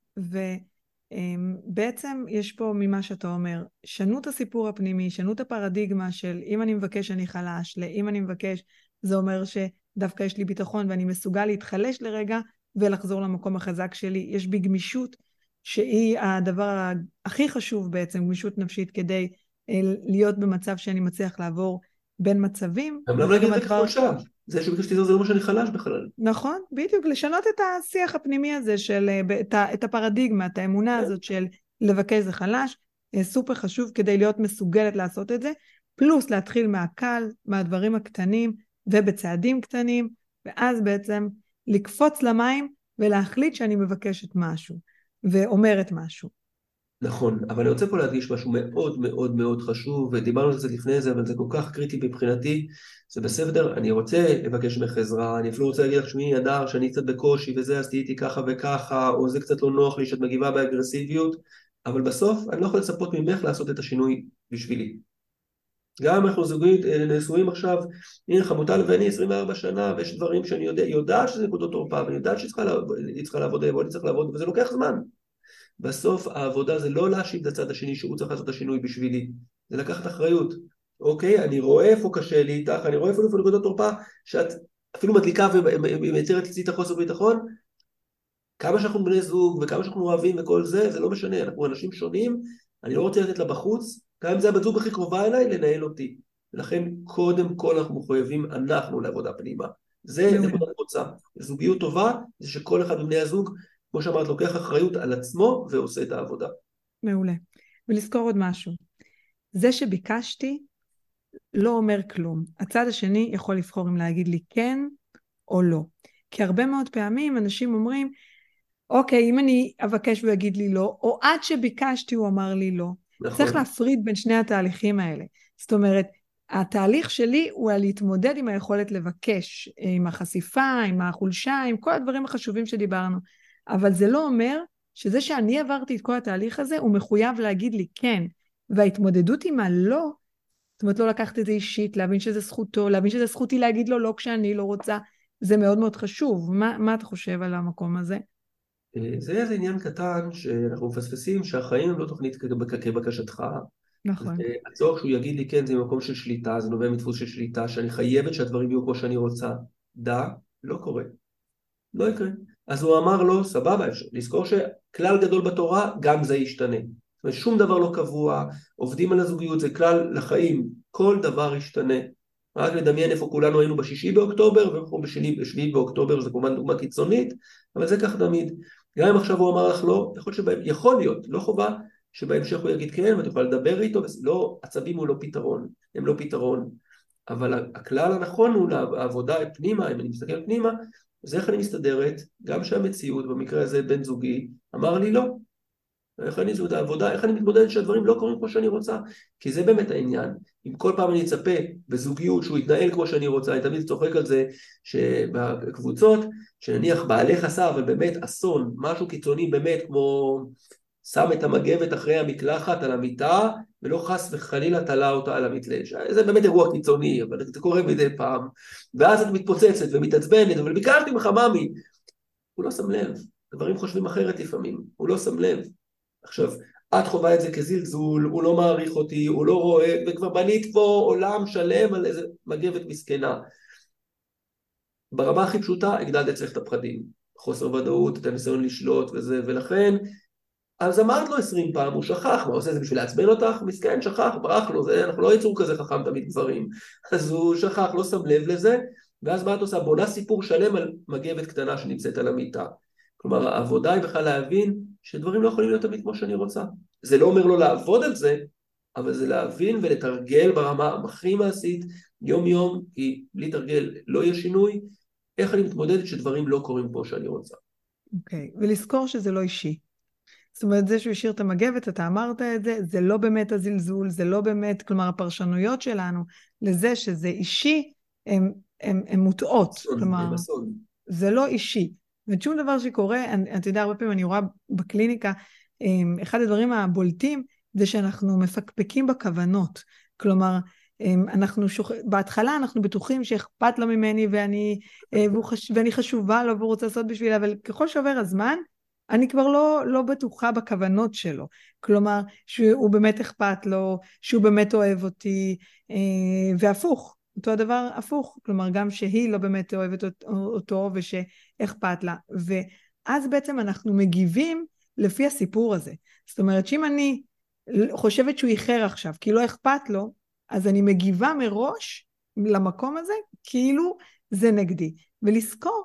ובעצם יש פה ממה שאתה אומר, שנו את הסיפור הפנימי, שנו את הפרדיגמה של אם אני מבקש אני חלש, לאם אני מבקש זה אומר שדווקא יש לי ביטחון ואני מסוגל להתחלש לרגע ולחזור למקום החזק שלי, יש בי גמישות שהיא הדבר הכי חשוב בעצם, גמישות נפשית כדי להיות במצב שאני מצליח לעבור בין מצבים. גם למה להגיד את זה כחולשה? זה שביקשתי זה לא אומר שאני חלש בכלל. נכון, בדיוק, לשנות את השיח הפנימי הזה של, את הפרדיגמה, את האמונה הזאת של לבקש זה חלש, סופר חשוב כדי להיות מסוגלת לעשות את זה, פלוס להתחיל מהקל, מהדברים הקטנים ובצעדים קטנים, ואז בעצם לקפוץ למים ולהחליט שאני מבקשת משהו ואומרת משהו. נכון, אבל אני רוצה פה להדגיש משהו מאוד מאוד מאוד חשוב, ודיברנו על זה לפני זה, אבל זה כל כך קריטי מבחינתי, זה בסדר, אני רוצה לבקש ממך עזרה, אני אפילו רוצה להגיד לך שמי הדר, שאני קצת בקושי וזה, אז תהייתי ככה וככה, או זה קצת לא נוח לי שאת מגיבה באגרסיביות, אבל בסוף אני לא יכול לצפות ממך לעשות את השינוי בשבילי. גם אנחנו נשואים עכשיו, הנה חמוטל ואני 24 שנה, ויש דברים שאני יודעת שזה נקודות תורפה, ואני יודעת שהיא צריכה לעבוד, ואני צריך לעבוד, וזה לוקח זמן. בסוף העבודה זה לא להאשים את הצד השני שהוא צריך לעשות את השינוי בשבילי, זה לקחת אחריות. אוקיי, אני רואה איפה קשה לי איתך, אני רואה איפה נקודות תורפה, שאת אפילו מדליקה ומייצרת אצלי את החוסר ביטחון, כמה שאנחנו בני זוג וכמה שאנחנו אוהבים וכל זה, זה לא משנה, אנחנו אנשים שונים, אני לא רוצה לתת לה בחוץ, גם אם זה הבת זוג הכי קרובה אליי, לנהל אותי. ולכן קודם כל אנחנו מחויבים אנחנו לעבודה פנימה. זה נקודת מוצא. זוגיות טובה זה שכל אחד מבני הזוג, כמו שאמרת, לוקח אחריות על עצמו ועושה את העבודה. מעולה. ולזכור עוד משהו. זה שביקשתי לא אומר כלום. הצד השני יכול לבחור אם להגיד לי כן או לא. כי הרבה מאוד פעמים אנשים אומרים, אוקיי, אם אני אבקש והוא יגיד לי לא, או עד שביקשתי הוא אמר לי לא. נכון. צריך להפריד בין שני התהליכים האלה. זאת אומרת, התהליך שלי הוא על להתמודד עם היכולת לבקש, עם החשיפה, עם החולשה, עם כל הדברים החשובים שדיברנו. אבל זה לא אומר שזה שאני עברתי את כל התהליך הזה, הוא מחויב להגיד לי כן. וההתמודדות עם הלא, זאת אומרת לא לקחת את זה אישית, להבין שזה זכותו, להבין שזה זכותי להגיד לו לא כשאני לא רוצה, זה מאוד מאוד חשוב. מה אתה חושב על המקום הזה? זה איזה עניין קטן שאנחנו מפספסים שהחיים הם לא תוכנית כבקשתך. נכון. הצורך שהוא יגיד לי כן זה ממקום של שליטה, זה נובע מדפוס של שליטה, שאני חייבת שהדברים יהיו כמו שאני רוצה. לא קורה. לא יקרה. אז הוא אמר לו, סבבה, לזכור שכלל גדול בתורה, גם זה ישתנה. זאת אומרת, שום דבר לא קבוע, עובדים על הזוגיות, זה כלל לחיים, כל דבר ישתנה. רק לדמיין איפה כולנו היינו ב6 באוקטובר, ואנחנו ב7 באוקטובר, זה כמובן דוגמה קיצונית, אבל זה כך תמיד. גם אם עכשיו הוא אמר לך לא, יכול להיות, לא חובה שבהמשך הוא יגיד כן, ואת יכולה לדבר איתו, לא, עצבים הוא לא פתרון, הם לא פתרון, אבל הכלל הנכון הוא לעבודה פנימה, אם אני מסתכל פנימה, אז איך אני מסתדרת, גם שהמציאות, במקרה הזה בן זוגי, אמר לי לא, איך אני זאת העבודה, איך אני מתמודד שהדברים לא קורים כמו שאני רוצה, כי זה באמת העניין. אם כל פעם אני אצפה בזוגיות שהוא יתנהל כמו שאני רוצה, אני תמיד צוחק על זה שבקבוצות, שנניח בעלי חסר ובאמת אסון, משהו קיצוני באמת כמו שם את המגבת אחרי המקלחת על המיטה, ולא חס וחלילה תלה אותה על המתלש. זה באמת אירוע קיצוני, אבל זה קורה מדי פעם, ואז את מתפוצצת ומתעצבנת, אבל ביקרתי ממך ממי, הוא לא שם לב, דברים חושבים אחרת לפעמים, הוא לא שם לב. עכשיו, את חווה את זה כזלזול, הוא לא מעריך אותי, הוא לא רואה, וכבר בנית פה עולם שלם על איזה מגבת מסכנה. ברמה הכי פשוטה, הגדלת אצלך את הפחדים. חוסר ודאות, את הניסיון לשלוט וזה, ולכן, אז אמרת לו 20 פעם, הוא שכח, מה עושה את זה בשביל לעצבן אותך? מסכן, שכח, ברח לו, זה, אנחנו לא יצור כזה חכם תמיד גברים. אז הוא שכח, לא שם לב לזה, ואז מה את עושה? בונה סיפור שלם על מגבת קטנה שנמצאת על המיטה. כלומר, העבודה היא בכלל להבין שדברים לא יכולים להיות תמיד כמו שאני רוצה. זה לא אומר לא לעבוד על זה, אבל זה להבין ולתרגל ברמה הכי מעשית, יום יום, כי בלי תרגל לא יהיה שינוי, איך אני מתמודדת שדברים לא קורים כמו שאני רוצה. אוקיי, ולזכור שזה לא אישי. זאת אומרת, זה שהוא השאיר את המגבת, אתה אמרת את זה, זה לא באמת הזלזול, זה לא באמת, כלומר, הפרשנויות שלנו לזה שזה אישי, הן מוטעות. כלומר, זה לא אישי. ושום דבר שקורה, אתה יודע, הרבה פעמים אני רואה בקליניקה, אחד הדברים הבולטים, זה שאנחנו מפקפקים בכוונות. כלומר, בהתחלה אנחנו בטוחים שאכפת לו ממני, ואני חשובה לו, והוא רוצה לעשות בשבילה, אבל ככל שעובר הזמן, אני כבר לא בטוחה בכוונות שלו. כלומר, שהוא באמת אכפת לו, שהוא באמת אוהב אותי, והפוך. אותו הדבר הפוך, כלומר גם שהיא לא באמת אוהבת אותו ושאכפת לה, ואז בעצם אנחנו מגיבים לפי הסיפור הזה. זאת אומרת שאם אני חושבת שהוא איחר עכשיו כי לא אכפת לו, אז אני מגיבה מראש למקום הזה כאילו זה נגדי, ולזכור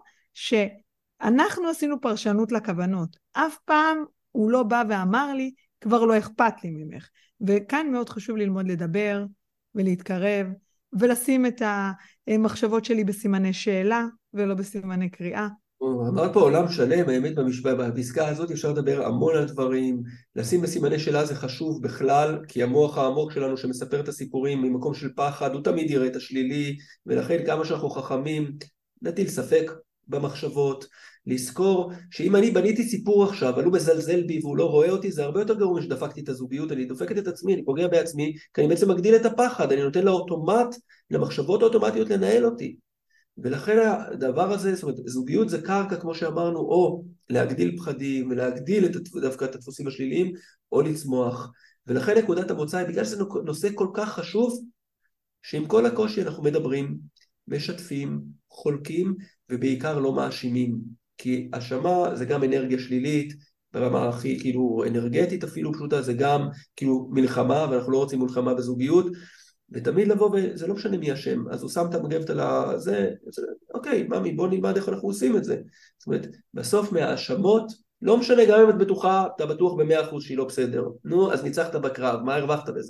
שאנחנו עשינו פרשנות לכוונות, אף פעם הוא לא בא ואמר לי כבר לא אכפת לי ממך, וכאן מאוד חשוב ללמוד לדבר ולהתקרב ולשים את המחשבות שלי בסימני שאלה ולא בסימני קריאה. אמרת פה עולם שלם, האמת בפסקה הזאת אפשר לדבר המון על דברים, לשים בסימני שאלה זה חשוב בכלל, כי המוח העמוק שלנו שמספר את הסיפורים ממקום של פחד, הוא תמיד יראה את השלילי, ולכן כמה שאנחנו חכמים, נטיל ספק במחשבות, לזכור שאם אני בניתי סיפור עכשיו, אבל הוא מזלזל בי והוא לא רואה אותי, זה הרבה יותר גרוע שדפקתי את הזוגיות, אני דופקת את עצמי, אני פוגע בעצמי, כי אני בעצם מגדיל את הפחד, אני נותן לאוטומט, למחשבות האוטומטיות לנהל אותי. ולכן הדבר הזה, זאת אומרת, זוגיות זה קרקע, כמו שאמרנו, או להגדיל פחדים, ולהגדיל דווקא את הדפוסים השליליים, או לצמוח. ולכן נקודת המוצא היא, בגלל שזה נושא כל כך חשוב, שעם כל הקושי אנחנו מדברים, משתפים, חולקים, ובעיקר לא מאשימים. כי האשמה זה גם אנרגיה שלילית, ברמה הכי כאילו אנרגטית אפילו פשוטה, זה גם כאילו מלחמה, ואנחנו לא רוצים מלחמה בזוגיות, ותמיד לבוא, וזה לא משנה מי השם, אז הוא שם את המגבת על הזה, אוקיי, ממי, בוא נלמד איך אנחנו עושים את זה. זאת אומרת, בסוף מהאשמות, לא משנה גם אם את בטוחה, אתה בטוח ב100% שהיא לא בסדר. נו, אז ניצחת בקרב, מה הרווחת בזה?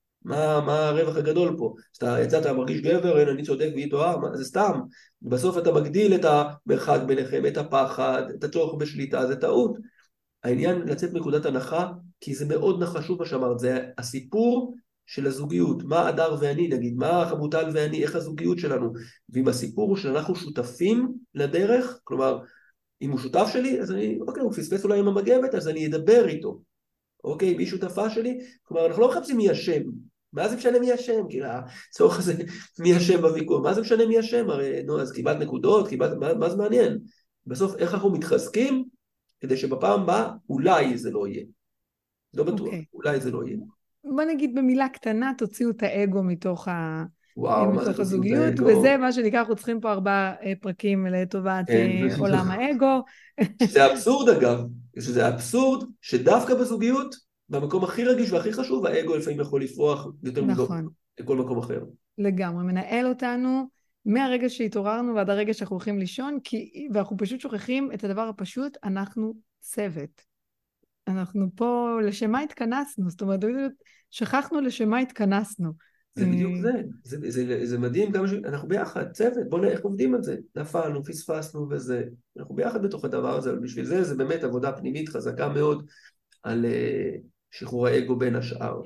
מה הרווח הגדול פה? אז אתה יצאת, מרגיש גבר, אין, אני צודק והיא טועה, זה סתם. בסוף אתה מגדיל את המרחק ביניכם, את הפחד, את הצורך בשליטה, זה טעות. העניין לצאת מנקודת הנחה, כי זה מאוד חשוב מה שאמרת, זה הסיפור של הזוגיות, מה הדר ואני נגיד, מה חמוטל ואני, איך הזוגיות שלנו, ואם הסיפור הוא שאנחנו שותפים לדרך, כלומר, אם הוא שותף שלי, אז אני, אוקיי, הוא פספס אולי עם המגבת, אז אני אדבר איתו, אוקיי, מי שותפה שלי, כלומר, אנחנו לא מחפשים מי השם, מה זה משנה מי השם, כאילו, הצורך הזה, מי השם בוויכוח, מה זה משנה מי השם, הרי, נו, אז קיבלת נקודות, מה זה מעניין, בסוף, איך אנחנו מתחזקים, כדי שבפעם הבאה, אולי זה לא יהיה, לא בטוח, אולי זה לא יהיה. בוא נגיד במילה קטנה, תוציאו את האגו מתוך מתוך הזוגיות, וזה מה שנקרא, אנחנו צריכים פה 4 פרקים לטובת עולם האגו. שזה אבסורד אגב, שזה אבסורד שדווקא בזוגיות, במקום הכי רגיש והכי חשוב, האגו לפעמים יכול לפרוח יותר מכל מקום אחר. לגמרי, מנהל אותנו מהרגע שהתעוררנו ועד הרגע שאנחנו הולכים לישון, ואנחנו פשוט שוכחים את הדבר הפשוט, אנחנו צוות. אנחנו פה, לשם מה התכנסנו? זאת אומרת, שכחנו לשם מה התכנסנו. זה בדיוק זה. זה מדהים גם שאנחנו ביחד, צוות, בוא נראה איך עובדים על זה. נפלנו, פספסנו וזה. אנחנו ביחד בתוך הדבר הזה, אבל בשביל זה זה באמת עבודה פנימית חזקה מאוד על שחרור האגו בין השאר.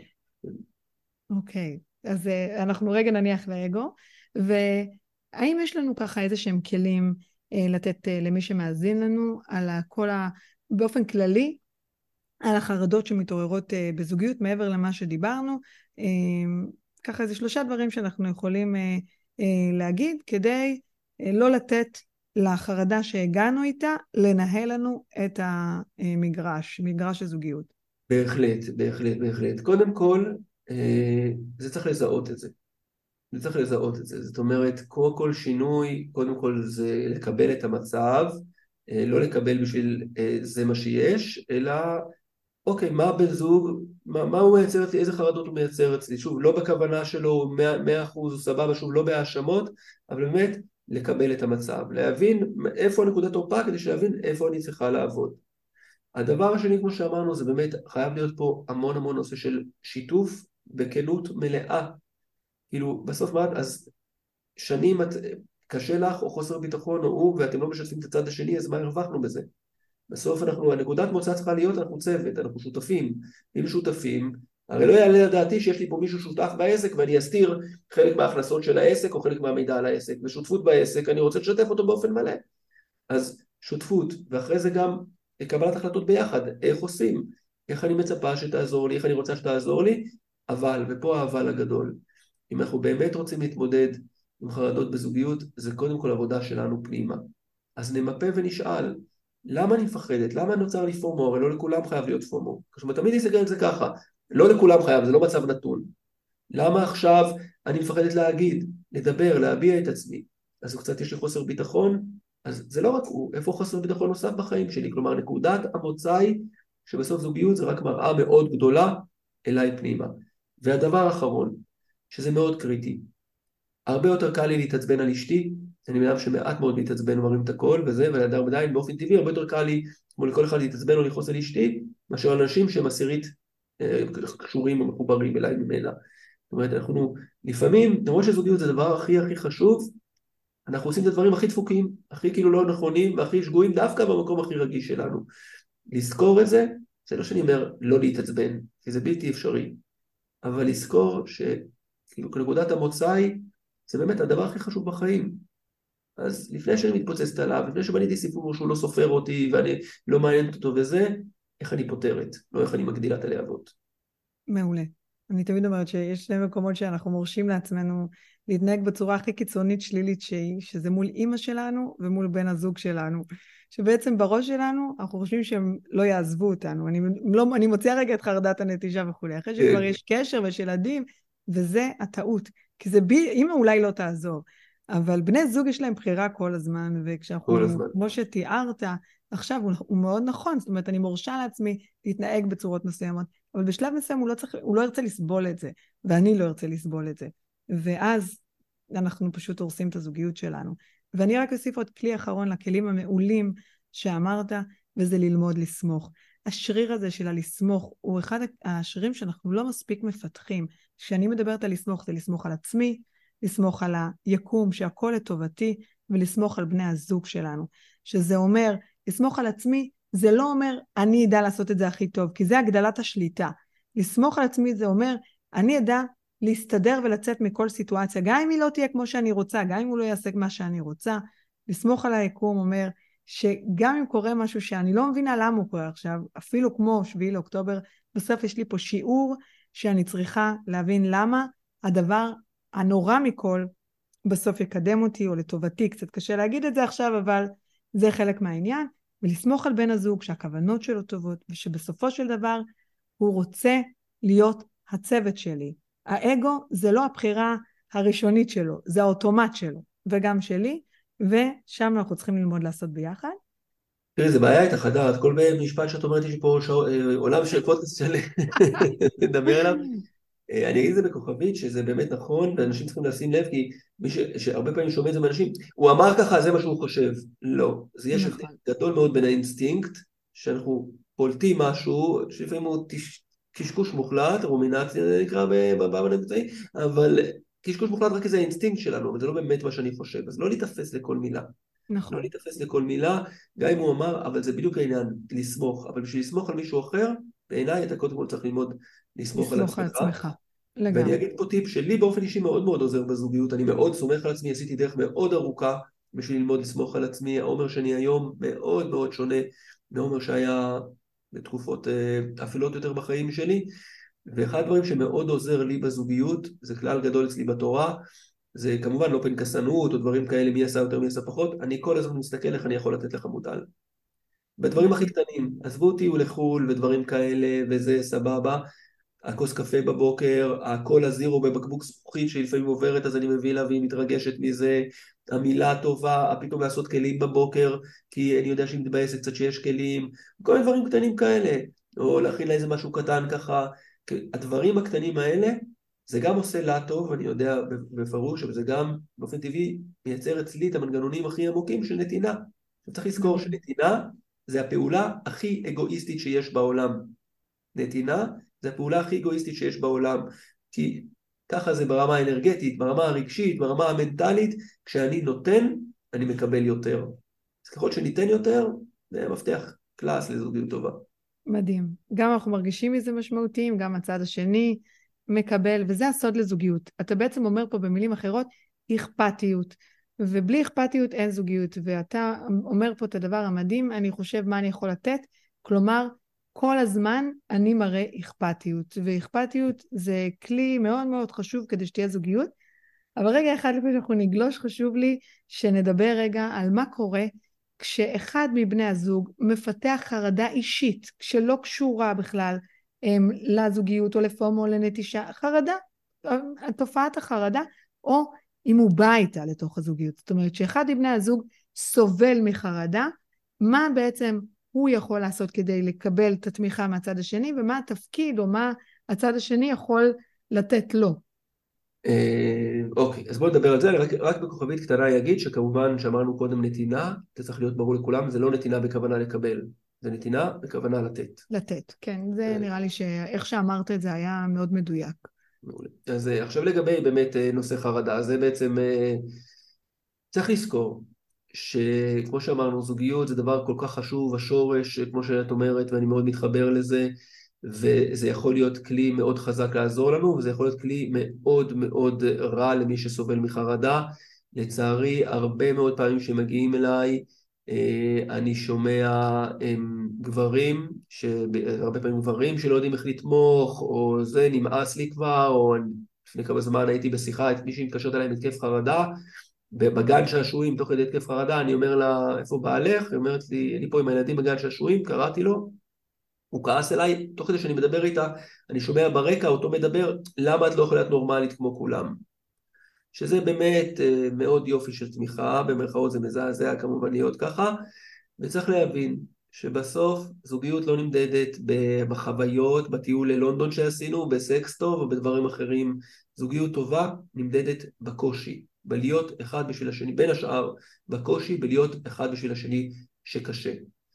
אוקיי, אז אנחנו רגע נניח לאגו, והאם יש לנו ככה איזה שהם כלים לתת למי שמאזין לנו על באופן כללי, על החרדות שמתעוררות בזוגיות, מעבר למה שדיברנו, ככה איזה 3 דברים שאנחנו יכולים להגיד, כדי לא לתת לחרדה שהגענו איתה, לנהל לנו את מגרש הזוגיות. בהחלט, בהחלט, בהחלט. קודם כל, זה צריך לזהות את זה. זה צריך לזהות את זה. זאת אומרת, כל שינוי, קודם כל זה לקבל את המצב, לא לקבל בשביל זה מה שיש, אלא אוקיי, מה בן זוג, מה הוא מייצר אצלי, איזה חרדות הוא מייצר אצלי, שוב, לא בכוונה שלו, 100% הוא סבבה, שוב, לא בהאשמות, אבל באמת לקבל את המצב, להבין איפה נקודת תורפה, כדי להבין איפה אני צריכה לעבוד. הדבר השני, כמו שאמרנו, זה באמת חייב להיות פה המון המון נושא של שיתוף בכנות מלאה. כאילו, בסוף מה, אז שנים קשה לך, או חוסר ביטחון, או הוא, ואתם לא משתפים את הצד השני, אז מה הרווחנו בזה? בסוף הנקודת מוצא צריכה להיות, אנחנו צוות, אנחנו שותפים. אם שותפים, הרי לא יעלה לדעתי שיש לי פה מישהו שותף בעסק, ואני אסתיר חלק מההכנסות של העסק, או חלק מהמידע על העסק. ושותפות בעסק, אני רוצה לשתף אותו באופן מלא. אז שותפות, ואחרי זה גם קבלת החלטות ביחד, איך עושים, איך אני מצפה שתעזור לי, איך אני רוצה שתעזור לי, אבל, ופה האבל הגדול, אם אנחנו באמת רוצים להתמודד עם חרדות בזוגיות, זה קודם כל עבודה שלנו פנימה. אז נמפה ונשאל, למה אני מפחדת? למה נוצר לי פומו? הרי לא לכולם חייב להיות פומו. כלומר, תמיד נסגר את זה ככה, לא לכולם חייב, זה לא מצב נתון. למה עכשיו אני מפחדת להגיד, לדבר, להביע את עצמי? אז קצת יש לי חוסר ביטחון, אז זה לא רק הוא, איפה חוסר ביטחון נוסף בחיים שלי? כלומר, נקודת המוצא היא שבסוף זוגיות זה רק מראה מאוד גדולה אליי פנימה. והדבר האחרון, שזה מאוד קריטי, הרבה יותר קל לי להתעצבן על אשתי, אני מבין שמעט מאוד להתעצבן ומרים את הכל וזה, ולאדם עדיין באופן טבעי, הרבה יותר קל לי, כמו לכל אחד להתעצבן או לכעוס על אשתי, מאשר על אנשים שהם עשירית קשורים או מחוברים אליי ממנה. זאת אומרת, אנחנו לפעמים, למרות שזוגיות זה הדבר הכי הכי חשוב, אנחנו עושים את הדברים הכי דפוקים, הכי כאילו לא נכונים והכי שגויים, דווקא במקום הכי רגיש שלנו. לזכור את זה, זה לא שאני אומר לא להתעצבן, כי זה בלתי אפשרי, אבל לזכור שכאילו כנקודת המוצא היא, זה באמת הדבר הכי חשוב בחיים. אז לפני שאני מתפוצצת עליו, לפני שבניתי סיפור שהוא לא סופר אותי ואני לא מעניינת אותו וזה, איך אני פותרת, לא איך אני מגדילה את הלהבות. מעולה. אני תמיד אומרת שיש 2 מקומות שאנחנו מורשים לעצמנו להתנהג בצורה הכי קיצונית שלילית שזה מול אימא שלנו ומול בן הזוג שלנו. שבעצם בראש שלנו אנחנו חושבים שהם לא יעזבו אותנו. אני מוציאה רגע את חרדת הנטישה וכו'. אחרי שכבר יש קשר ויש ילדים, וזה הטעות. כי זה אימא אולי לא תעזור. אבל בני זוג יש להם בחירה כל הזמן, וכשאנחנו, כמו שתיארת, עכשיו הוא מאוד נכון, זאת אומרת, אני מורשה לעצמי להתנהג בצורות מסוימות, אבל בשלב מסוים הוא לא ירצה לסבול את זה, ואני לא ארצה לסבול את זה. ואז אנחנו פשוט הורסים את הזוגיות שלנו. ואני רק אוסיף עוד כלי אחרון לכלים המעולים שאמרת, וזה ללמוד לסמוך. השריר הזה של הלסמוך הוא אחד השרירים שאנחנו לא מספיק מפתחים. כשאני מדברת על לסמוך, זה לסמוך על עצמי, לסמוך על היקום שהכל לטובתי, ולסמוך על בני הזוג שלנו. שזה אומר, לסמוך על עצמי, זה לא אומר אני אדע לעשות את זה הכי טוב, כי זה הגדלת השליטה. לסמוך על עצמי זה אומר, אני אדע להסתדר ולצאת מכל סיטואציה, גם אם היא לא תהיה כמו שאני רוצה, גם אם הוא לא יעשה מה שאני רוצה. לסמוך על היקום אומר, שגם אם קורה משהו שאני לא מבינה למה הוא קורה עכשיו, אפילו כמו 7 לאוקטובר, בסוף יש לי פה שיעור שאני צריכה להבין למה הדבר הנורא מכל בסוף יקדם אותי או לטובתי. קצת קשה להגיד את זה עכשיו, אבל זה חלק מהעניין. ולסמוך על בן הזוג שהכוונות שלו טובות, ושבסופו של דבר הוא רוצה להיות הצוות שלי. האגו זה לא הבחירה הראשונית שלו, זה האוטומט שלו, וגם שלי, ושם אנחנו צריכים ללמוד לעשות ביחד. תראי, זה בעיה איתך הדעת, כל משפט שאת אומרת יש פה עולם של פודקאסט של לדבר אליו. אני אגיד את זה בכוכבית, שזה באמת נכון, ואנשים צריכים לשים לב, כי שהרבה פעמים שומע את זה מאנשים, הוא אמר ככה, זה מה שהוא חושב. לא, זה יש הבדל גדול מאוד בין האינסטינקט, שאנחנו פולטים משהו, שלפעמים הוא קשקוש מוחלט, רומינציה זה נקרא במאמר המקצועי, אבל קשקוש מוחלט רק איזה האינסטינקט שלנו, אבל זה לא באמת מה שאני חושב, אז לא להתאפס לכל מילה. לא נכון. להתאפס לכל מילה, גם אם הוא אמר, אבל זה בדיוק העניין, לסמוך, אבל בשביל לסמוך על מישהו אחר, בעיניי אתה קודם כל צריך ללמוד לסמוך על לסמוך על עצמך. עצמך. ואני לגמרי. אגיד פה טיפ שלי באופן אישי מאוד מאוד עוזר בזוגיות, אני מאוד סומך על עצמי, עשיתי דרך מאוד ארוכה בשביל ללמוד לסמוך על עצמי, העומר שאני היום מאוד מאוד שונה מהעומר שהיה בתקופות אפלות יותר בחיים שלי, ואחד הדברים שמאוד עוזר לי בזוגיות, זה כלל גדול אצלי בתורה, זה כמובן לא פנקסנות או דברים כאלה, מי עשה יותר מי עשה פחות, אני כל הזמן מסתכל איך אני יכול לתת לך מודל. בדברים הכי מדהים. קטנים, עזבו אותי ולחול ודברים כאלה וזה סבבה, הכוס קפה בבוקר, הקול הזירו בבקבוק זכוכית שלפעמים עוברת אז אני מביא לה והיא מתרגשת מזה, המילה הטובה, פתאום לעשות כלים בבוקר כי אני יודע שהיא מתבאסת קצת שיש כלים, כל מיני דברים קטנים כאלה, או להכין לה איזה משהו קטן ככה, הדברים הקטנים האלה זה גם עושה לה טוב, אני יודע בפירוש, אבל זה גם באופן טבעי מייצר אצלי את המנגנונים הכי עמוקים של נתינה. צריך לזכור מדהים. שנתינה זה הפעולה הכי אגואיסטית שיש בעולם. נתינה זה הפעולה הכי אגואיסטית שיש בעולם, כי ככה זה ברמה האנרגטית, ברמה הרגשית, ברמה המנטלית, כשאני נותן, אני מקבל יותר. אז ככל שניתן יותר, זה מפתח קלאס לזוגיות טובה. מדהים. גם אנחנו מרגישים מזה משמעותיים, גם הצד השני מקבל, וזה הסוד לזוגיות. אתה בעצם אומר פה במילים אחרות, אכפתיות. ובלי אכפתיות אין זוגיות. ואתה אומר פה את הדבר המדהים, אני חושב מה אני יכול לתת, כלומר, כל הזמן אני מראה אכפתיות. ואכפתיות זה כלי מאוד מאוד חשוב כדי שתהיה זוגיות. אבל רגע אחד לפני שאנחנו נגלוש, חשוב לי שנדבר רגע על מה קורה כשאחד מבני הזוג מפתח חרדה אישית, שלא קשורה בכלל לזוגיות או לפומו או לנטישה, חרדה, תופעת החרדה, או אם הוא בא איתה לתוך הזוגיות. זאת אומרת שאחד מבני הזוג סובל מחרדה, מה בעצם הוא יכול לעשות כדי לקבל את התמיכה מהצד השני, ומה התפקיד או מה הצד השני יכול לתת לו. אוקיי, אז בואו נדבר על זה, רק בכוכבית קטנה אגיד שכמובן שאמרנו קודם נתינה, זה צריך להיות ברור לכולם, זה לא נתינה בכוונה לקבל, זה נתינה בכוונה לתת. לתת, כן, זה נראה לי שאיך שאמרת את זה היה מאוד מדויק. אז עכשיו לגבי באמת נושא חרדה, זה בעצם צריך לזכור שכמו שאמרנו זוגיות זה דבר כל כך חשוב, השורש כמו שאת אומרת ואני מאוד מתחבר לזה, וזה יכול להיות כלי מאוד חזק לעזור לנו, וזה יכול להיות כלי מאוד מאוד רע למי שסובל מחרדה. לצערי הרבה מאוד פעמים שמגיעים אליי אני שומע גברים, הרבה פעמים גברים שלא יודעים איך לתמוך, או זה נמאס לי כבר, או לפני כמה זמן הייתי בשיחה, את מישהי מתקשרת אליי עם התקף חרדה, בגן שעשועים תוך כדי התקף חרדה, אני אומר לה איפה בעלך, היא אומרת לי אני פה עם הילדים בגן שעשועים, קראתי לו, הוא כעס אליי, תוך כדי שאני מדבר איתה, אני שומע ברקע אותו מדבר, למה את לא יכולה להיות נורמלית כמו כולם? שזה באמת מאוד יופי של תמיכה, במרכאות זה מזעזע כמובן להיות ככה, וצריך להבין שבסוף זוגיות לא נמדדת בחוויות, בטיול ללונדון שעשינו, בסקס טוב או בדברים אחרים, זוגיות טובה נמדדת בקושי, בלהיות אחד בשביל השני, בין השאר בקושי, בלהיות אחד בשביל השני שקשה.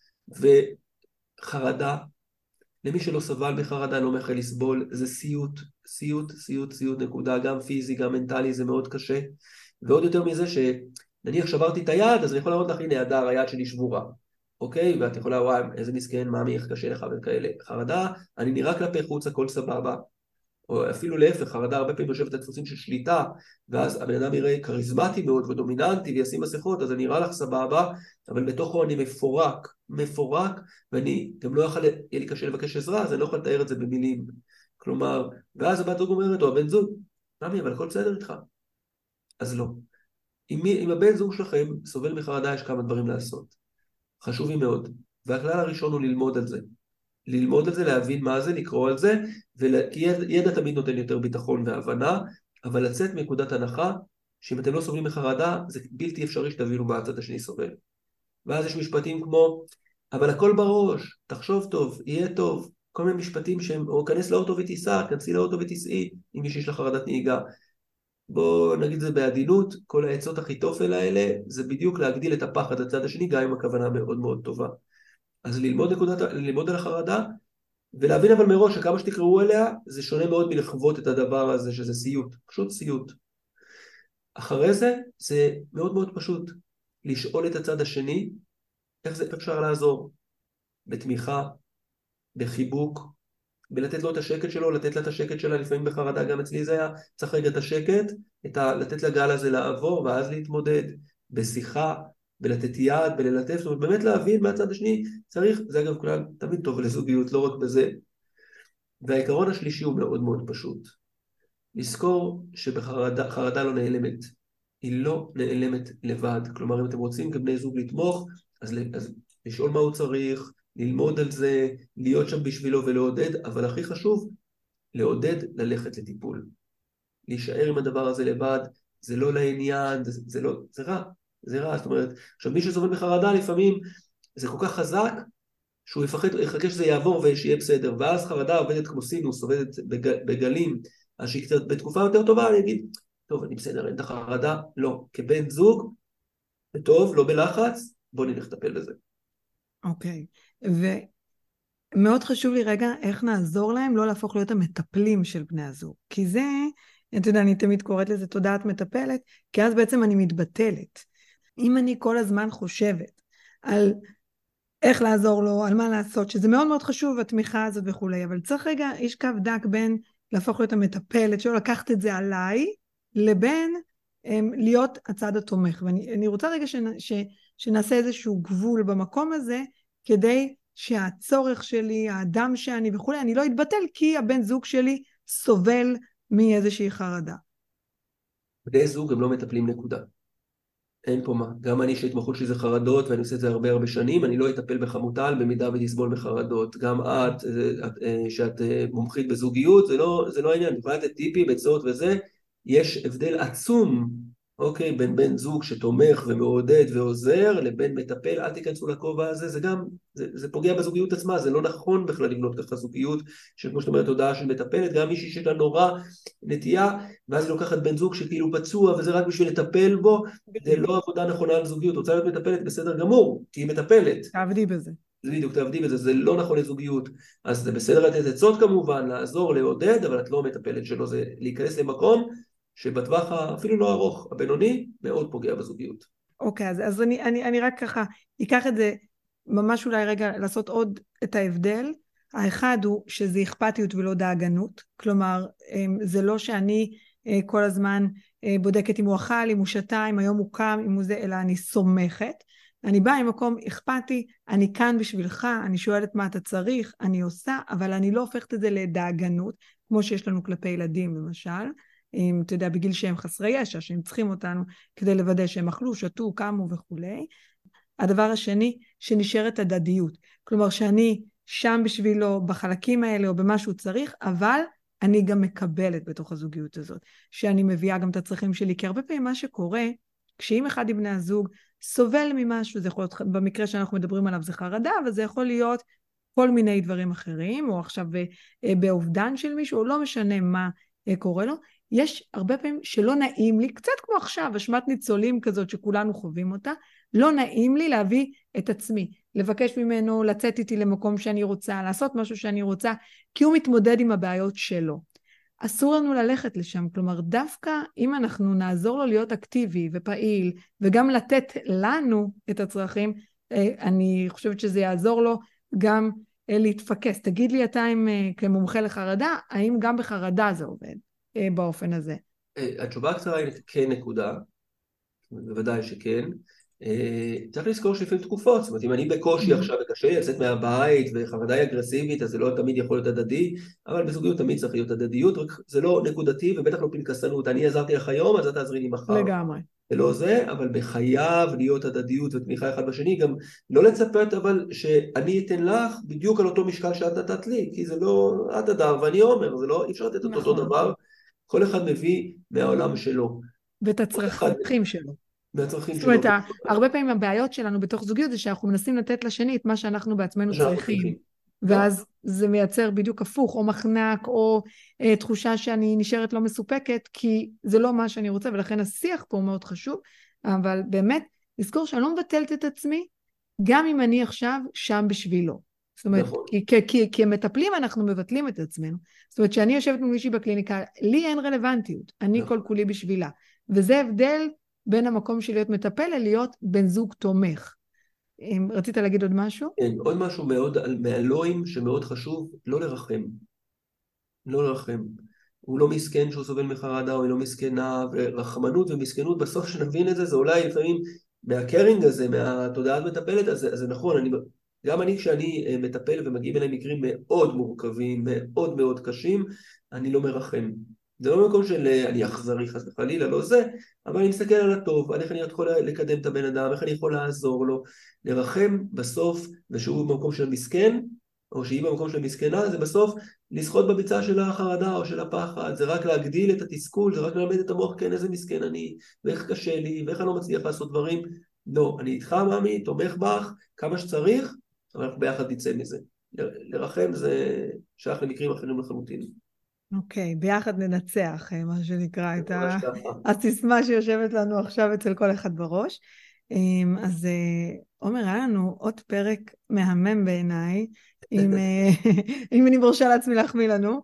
וחרדה, למי שלא סבל מחרדה, לא מאחל לסבול, זה סיוט, סיוט, סיוט, סיוט, נקודה, גם פיזי, גם מנטלי, זה מאוד קשה. ועוד יותר מזה שנניח שברתי את היד, אז אני יכול להראות לך, הנה הדר, היד שלי שבורה. אוקיי? ואת יכולה, וואי, איזה מסכן, מאמי, איך קשה לך וכאלה. חרדה, אני נראה כלפי חוץ, הכל סבבה. או אפילו להפך, חרדה הרבה פעמים יושבת על דפוסים של שליטה, ואז הבן אדם יראה כריזמטי מאוד ודומיננטי וישים מסכות, אז אני נראה לך סבבה, אבל בתוכו אני מפורק, ואני גם לא יכול, יהיה לי קשה לבקש עזרה, אז אני לא יכול לתאר את זה במילים. כלומר, ואז הבת זוג אומרת, או הבן זוג, מאמי, אבל הכל בסדר איתך. אז לא. אם הבן זוג שלכם סובל מחרדה, יש כמה דברים לעשות. חשובים מאוד. והכלל הראשון הוא ללמוד על זה. ללמוד על זה, להבין מה זה, לקרוא על זה, כי ידע תמיד נותן יותר ביטחון והבנה, אבל לצאת מנקודת הנחה, שאם אתם לא סובלים מחרדה, זה בלתי אפשרי שתבינו מה הצד השני סובל. ואז יש משפטים כמו, אבל הכל בראש, תחשוב טוב, יהיה טוב, כל מיני משפטים שהם, או כנס לאוטו ותיסע, כנסי לאוטו ותיסעי, אם יש לך חרדת נהיגה. בוא נגיד זה בעדינות, כל העצות אחיתופל האלה, זה בדיוק להגדיל את הפחד הצד השני, גם עם הכוונה מאוד מאוד טובה. אז ללמוד על החרדה, ולהבין אבל מראש שכמה שתקראו עליה, זה שונה מאוד מלחוות את הדבר הזה, שזה סיוט, פשוט סיוט. אחרי זה, זה מאוד מאוד פשוט, לשאול את הצד השני, איך זה אפשר לעזור, בתמיכה, בחיבוק, בלתת לו את השקט שלו, לתת לה את השקט שלה, לפעמים בחרדה גם אצלי זה היה, צריך רגע את השקט, לתת לגל הזה לעבור, ואז להתמודד, בשיחה, בלתת יד, בללטף, זאת אומרת, באמת להבין מהצד השני, צריך, זה אגב כלל תמיד טוב לזוגיות, לא רק בזה. והעיקרון השלישי הוא מאוד מאוד פשוט, לזכור שחרדה לא נעלמת, היא לא נעלמת לבד, כלומר אם אתם רוצים כבני זוג לתמוך, אז לשאול מה הוא צריך, ללמוד על זה, להיות שם בשבילו ולעודד, אבל הכי חשוב, לעודד ללכת לטיפול. להישאר עם הדבר הזה לבד, זה לא לעניין, זה רע, זה רע, זאת אומרת, עכשיו מי שסובל בחרדה לפעמים, זה כל כך חזק, שהוא יחכה שזה יעבור ושיהיה בסדר, ואז חרדה עובדת כמו סינוס, עובדת בגלים, אז שהיא קצת בתקופה יותר טובה, אני אגיד, טוב, אני בסדר, אין את החרדה, לא, כבן זוג, בטוב, לא בלחץ, בוא נלך לטפל בזה. אוקיי, ומאוד חשוב לי רגע איך נעזור להם לא להפוך להיות המטפלים של בני הזוג, כי זה, אתה יודע, אני תמיד קוראת לזה תודעת מטפלת, כי אז בעצם אני מתבטלת. אם אני כל הזמן חושבת על איך לעזור לו, על מה לעשות, שזה מאוד מאוד חשוב, התמיכה הזאת וכולי, אבל צריך רגע, יש קו דק בין להפוך להיות המטפלת, שלא לקחת את זה עליי, לבין להיות הצד התומך. ואני רוצה רגע שנעשה איזשהו גבול במקום הזה, כדי שהצורך שלי, האדם שאני וכולי, אני לא אתבטל, כי הבן זוג שלי סובל מאיזושהי חרדה. בני זוג הם לא מטפלים נקודה. אין פה מה. גם אני שהתמחות שלי זה חרדות, ואני עושה את זה הרבה שנים, אני לא אטפל בחמוטל במידה ותסבול בחרדות. גם שאת מומחית בזוגיות, זה לא העניין. אני יכולה לתת טיפים, עצות וזה, יש הבדל עצום, אוקיי, בין בן זוג שתומך ומעודד ועוזר, לבין מטפל, אל תיכנסו לכובע הזה, זה פוגע בזוגיות עצמה, זה לא נכון בכלל לבנות ככה זוגיות, שכמו שאת אומרת, הודעה של מטפלת, גם מישהי שיש לה נורא נטייה, ואז היא לוקחת בן זוג שכאילו פצוע, וזה רק בשביל לטפל בו, זה לא עבודה נכונה על זוגיות, רוצה להיות מטפלת בסדר גמור, כי היא מטפלת. תעבדי בזה. בדיוק, תעבדי בזה, זה לא נכון לזוגיות, אז זה בסדר לתת עצות כמובן, לעזור, לעודד, אבל את לא מטפלת שלו, זה להיכנס למקום שבטווח אפילו לא ארוך, הבינוני, מאוד פוגע בזוגיות. אוקיי, אז אני רק ככה, אקח את זה, ממש אולי רגע לעשות עוד את ההבדל. האחד הוא שזה אכפתיות ולא דאגנות, כלומר, זה לא שאני כל הזמן בודקת אם הוא אכל, אם הוא שתה, אם היום הוא קם, אם הוא זה, אלא אני סומכת. אני באה עם מקום אכפתי, אני כאן בשבילך, אני שואלת מה אתה צריך, אני עושה, אבל אני לא הופכת את זה לדאגנות, כמו שיש לנו כלפי ילדים למשל, אתה יודע, בגיל שהם חסרי ישע, שהם צריכים אותנו כדי לוודא שהם אכלו, שתו, קמו וכולי. הדבר השני, שנשארת הדדיות. כלומר, שאני שם בשבילו בחלקים האלה או במה שהוא צריך, אבל אני גם מקבלת בתוך הזוגיות הזאת, שאני מביאה גם את הצרכים שלי, כי הרבה פעמים מה שקורה, כשאם אחד מבני הזוג סובל ממשהו, זה יכול להיות, במקרה שאנחנו מדברים עליו זה חרדה, אבל זה יכול להיות כל מיני דברים אחרים, או עכשיו באובדן של מישהו, או לא משנה מה קורה לו, יש הרבה פעמים שלא נעים לי, קצת כמו עכשיו, אשמת ניצולים כזאת שכולנו חווים אותה, לא נעים לי להביא את עצמי, לבקש ממנו לצאת איתי למקום שאני רוצה, לעשות משהו שאני רוצה, כי הוא מתמודד עם הבעיות שלו. אסור לנו ללכת לשם, כלומר דווקא אם אנחנו נעזור לו להיות אקטיבי ופעיל, וגם לתת לנו את הצרכים, אני חושבת שזה יעזור לו גם להתפקס. תגיד לי אתה כמומחה לחרדה, האם גם בחרדה זה עובד באופן הזה? התשובה הקצרה היא כן נקודה, בוודאי שכן. צריך לזכור שלפעמים תקופות, זאת אומרת אם אני בקושי עכשיו וקשה לצאת מהבית וחרדה היא אגרסיבית, אז זה לא תמיד יכול להיות הדדי, אבל בזוגיות תמיד צריך להיות הדדיות, רק זה לא נקודתי ובטח לא פנקסנות, אני עזרתי לך היום אז אתה תעזרי לי מחר. לגמרי. זה לא זה, אבל בחייב להיות הדדיות ותמיכה אחד בשני, גם לא לצפות אבל שאני אתן לך בדיוק על אותו משקל שאת נתת לי, כי זה לא את הדר ואני אומר, זה לא, אי אפשר לתת אותו דבר, כל אחד מביא מהעולם שלו. ואת הצרכים שלו. מהצרכים שלו. זאת אומרת, שלו. הרבה פעמים הבעיות שלנו בתוך זוגיות זה שאנחנו מנסים לתת לשני את מה שאנחנו בעצמנו צריכים. ואז זה מייצר בדיוק הפוך, או מחנק, או תחושה שאני נשארת לא מסופקת, כי זה לא מה שאני רוצה, ולכן השיח פה מאוד חשוב, אבל באמת, לזכור שאני לא מבטלת את עצמי, גם אם אני עכשיו שם בשבילו. זאת אומרת, נכון. כי המטפלים אנחנו מבטלים את עצמנו. זאת אומרת, שאני יושבת מול מישהי בקליניקה, לי אין רלוונטיות, אני נכון. כל כולי בשבילה. וזה הבדל בין המקום של להיות מטפל ללהיות בן זוג תומך. רצית להגיד עוד משהו? כן, עוד משהו מאוד מהלואים שמאוד חשוב, לא לרחם. לא לרחם. הוא לא מסכן שהוא סובל מחרדה, או היא לא מסכנה, ורחמנות ומסכנות, בסוף שנבין את זה, זה אולי לפעמים מהקרינג הזה, מהתודעת מטפלת, אז זה נכון, גם אני כשאני מטפל ומגיעים אליי מקרים מאוד מורכבים, מאוד מאוד קשים, אני לא מרחם. זה לא מקום של אני אכזרי חס וחלילה, לא זה, אבל אני מסתכל על הטוב, על איך אני יכול לקדם את הבן אדם, איך אני יכול לעזור לו, לרחם בסוף, ושהוא במקום של מסכן, או שהיא במקום של מסכנה, זה בסוף לשחות בביצה של החרדה או של הפחד, זה רק להגדיל את התסכול, זה רק ללמד את המוח, כן, איזה מסכן אני, ואיך קשה לי, ואיך אני לא מצליח לעשות דברים. לא, אני איתך ממי, תומך בך, כמה שצריך, אבל אנחנו ביחד נצא מזה. לרחם זה שייך למקרים אחרים לחלוטין. אוקיי, ביחד ננצח, מה שנקרא, את ממש ככה. הסיסמה שיושבת לנו עכשיו אצל כל אחד בראש. אז עומר, היה לנו עוד פרק מהמם בעיניי, אם אני מרשה לעצמי להחמיא לנו,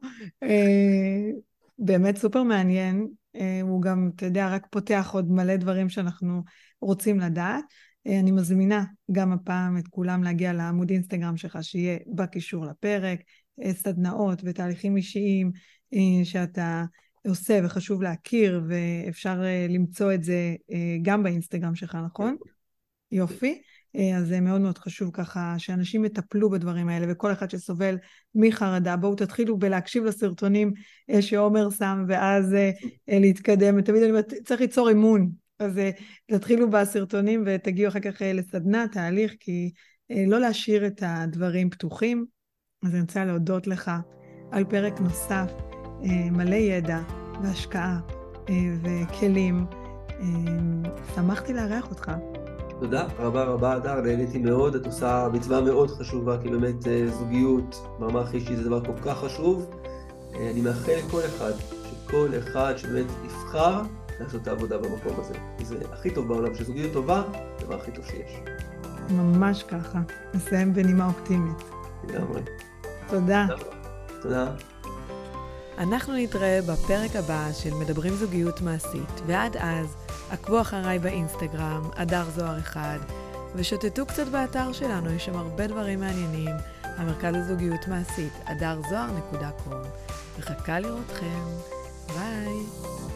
באמת סופר מעניין, הוא גם, אתה יודע, רק פותח עוד מלא דברים שאנחנו רוצים לדעת. אני מזמינה גם הפעם את כולם להגיע לעמוד אינסטגרם שלך, שיהיה בקישור לפרק, סדנאות ותהליכים אישיים שאתה עושה וחשוב להכיר, ואפשר למצוא את זה גם באינסטגרם שלך, נכון? יופי. אז זה מאוד מאוד חשוב ככה שאנשים יטפלו בדברים האלה, וכל אחד שסובל מחרדה, בואו תתחילו בלהקשיב לסרטונים שעומר שם, ואז להתקדם. תמיד אני אומרת, צריך ליצור אמון, אז תתחילו בסרטונים ותגיעו אחר כך לסדנה, תהליך, כי לא להשאיר את הדברים פתוחים. אז אני רוצה להודות לך על פרק נוסף, מלא ידע והשקעה וכלים. שמחתי לארח אותך. תודה רבה רבה, אדר, נהניתי מאוד, את עושה מצווה מאוד חשובה, כי באמת זוגיות, ברמה הכי אישית זה דבר כל כך חשוב. אני מאחל שכל אחד שבאמת יבחר לעשות את העבודה במקום הזה. זה הכי טוב בעולם, שזוגיות טובה, זה הדבר הכי טוב שיש. ממש ככה, נסיים בנימה אופטימית. לגמרי. תודה. תודה. אנחנו נתראה בפרק הבא של מדברים זוגיות מעשית, ועד אז עקבו אחריי באינסטגרם, אדר זוהר 1, ושוטטו קצת באתר שלנו, יש שם הרבה דברים מעניינים, המרכז לזוגיות מעשית, adarzohar.com. מחכה לראותכם, ביי.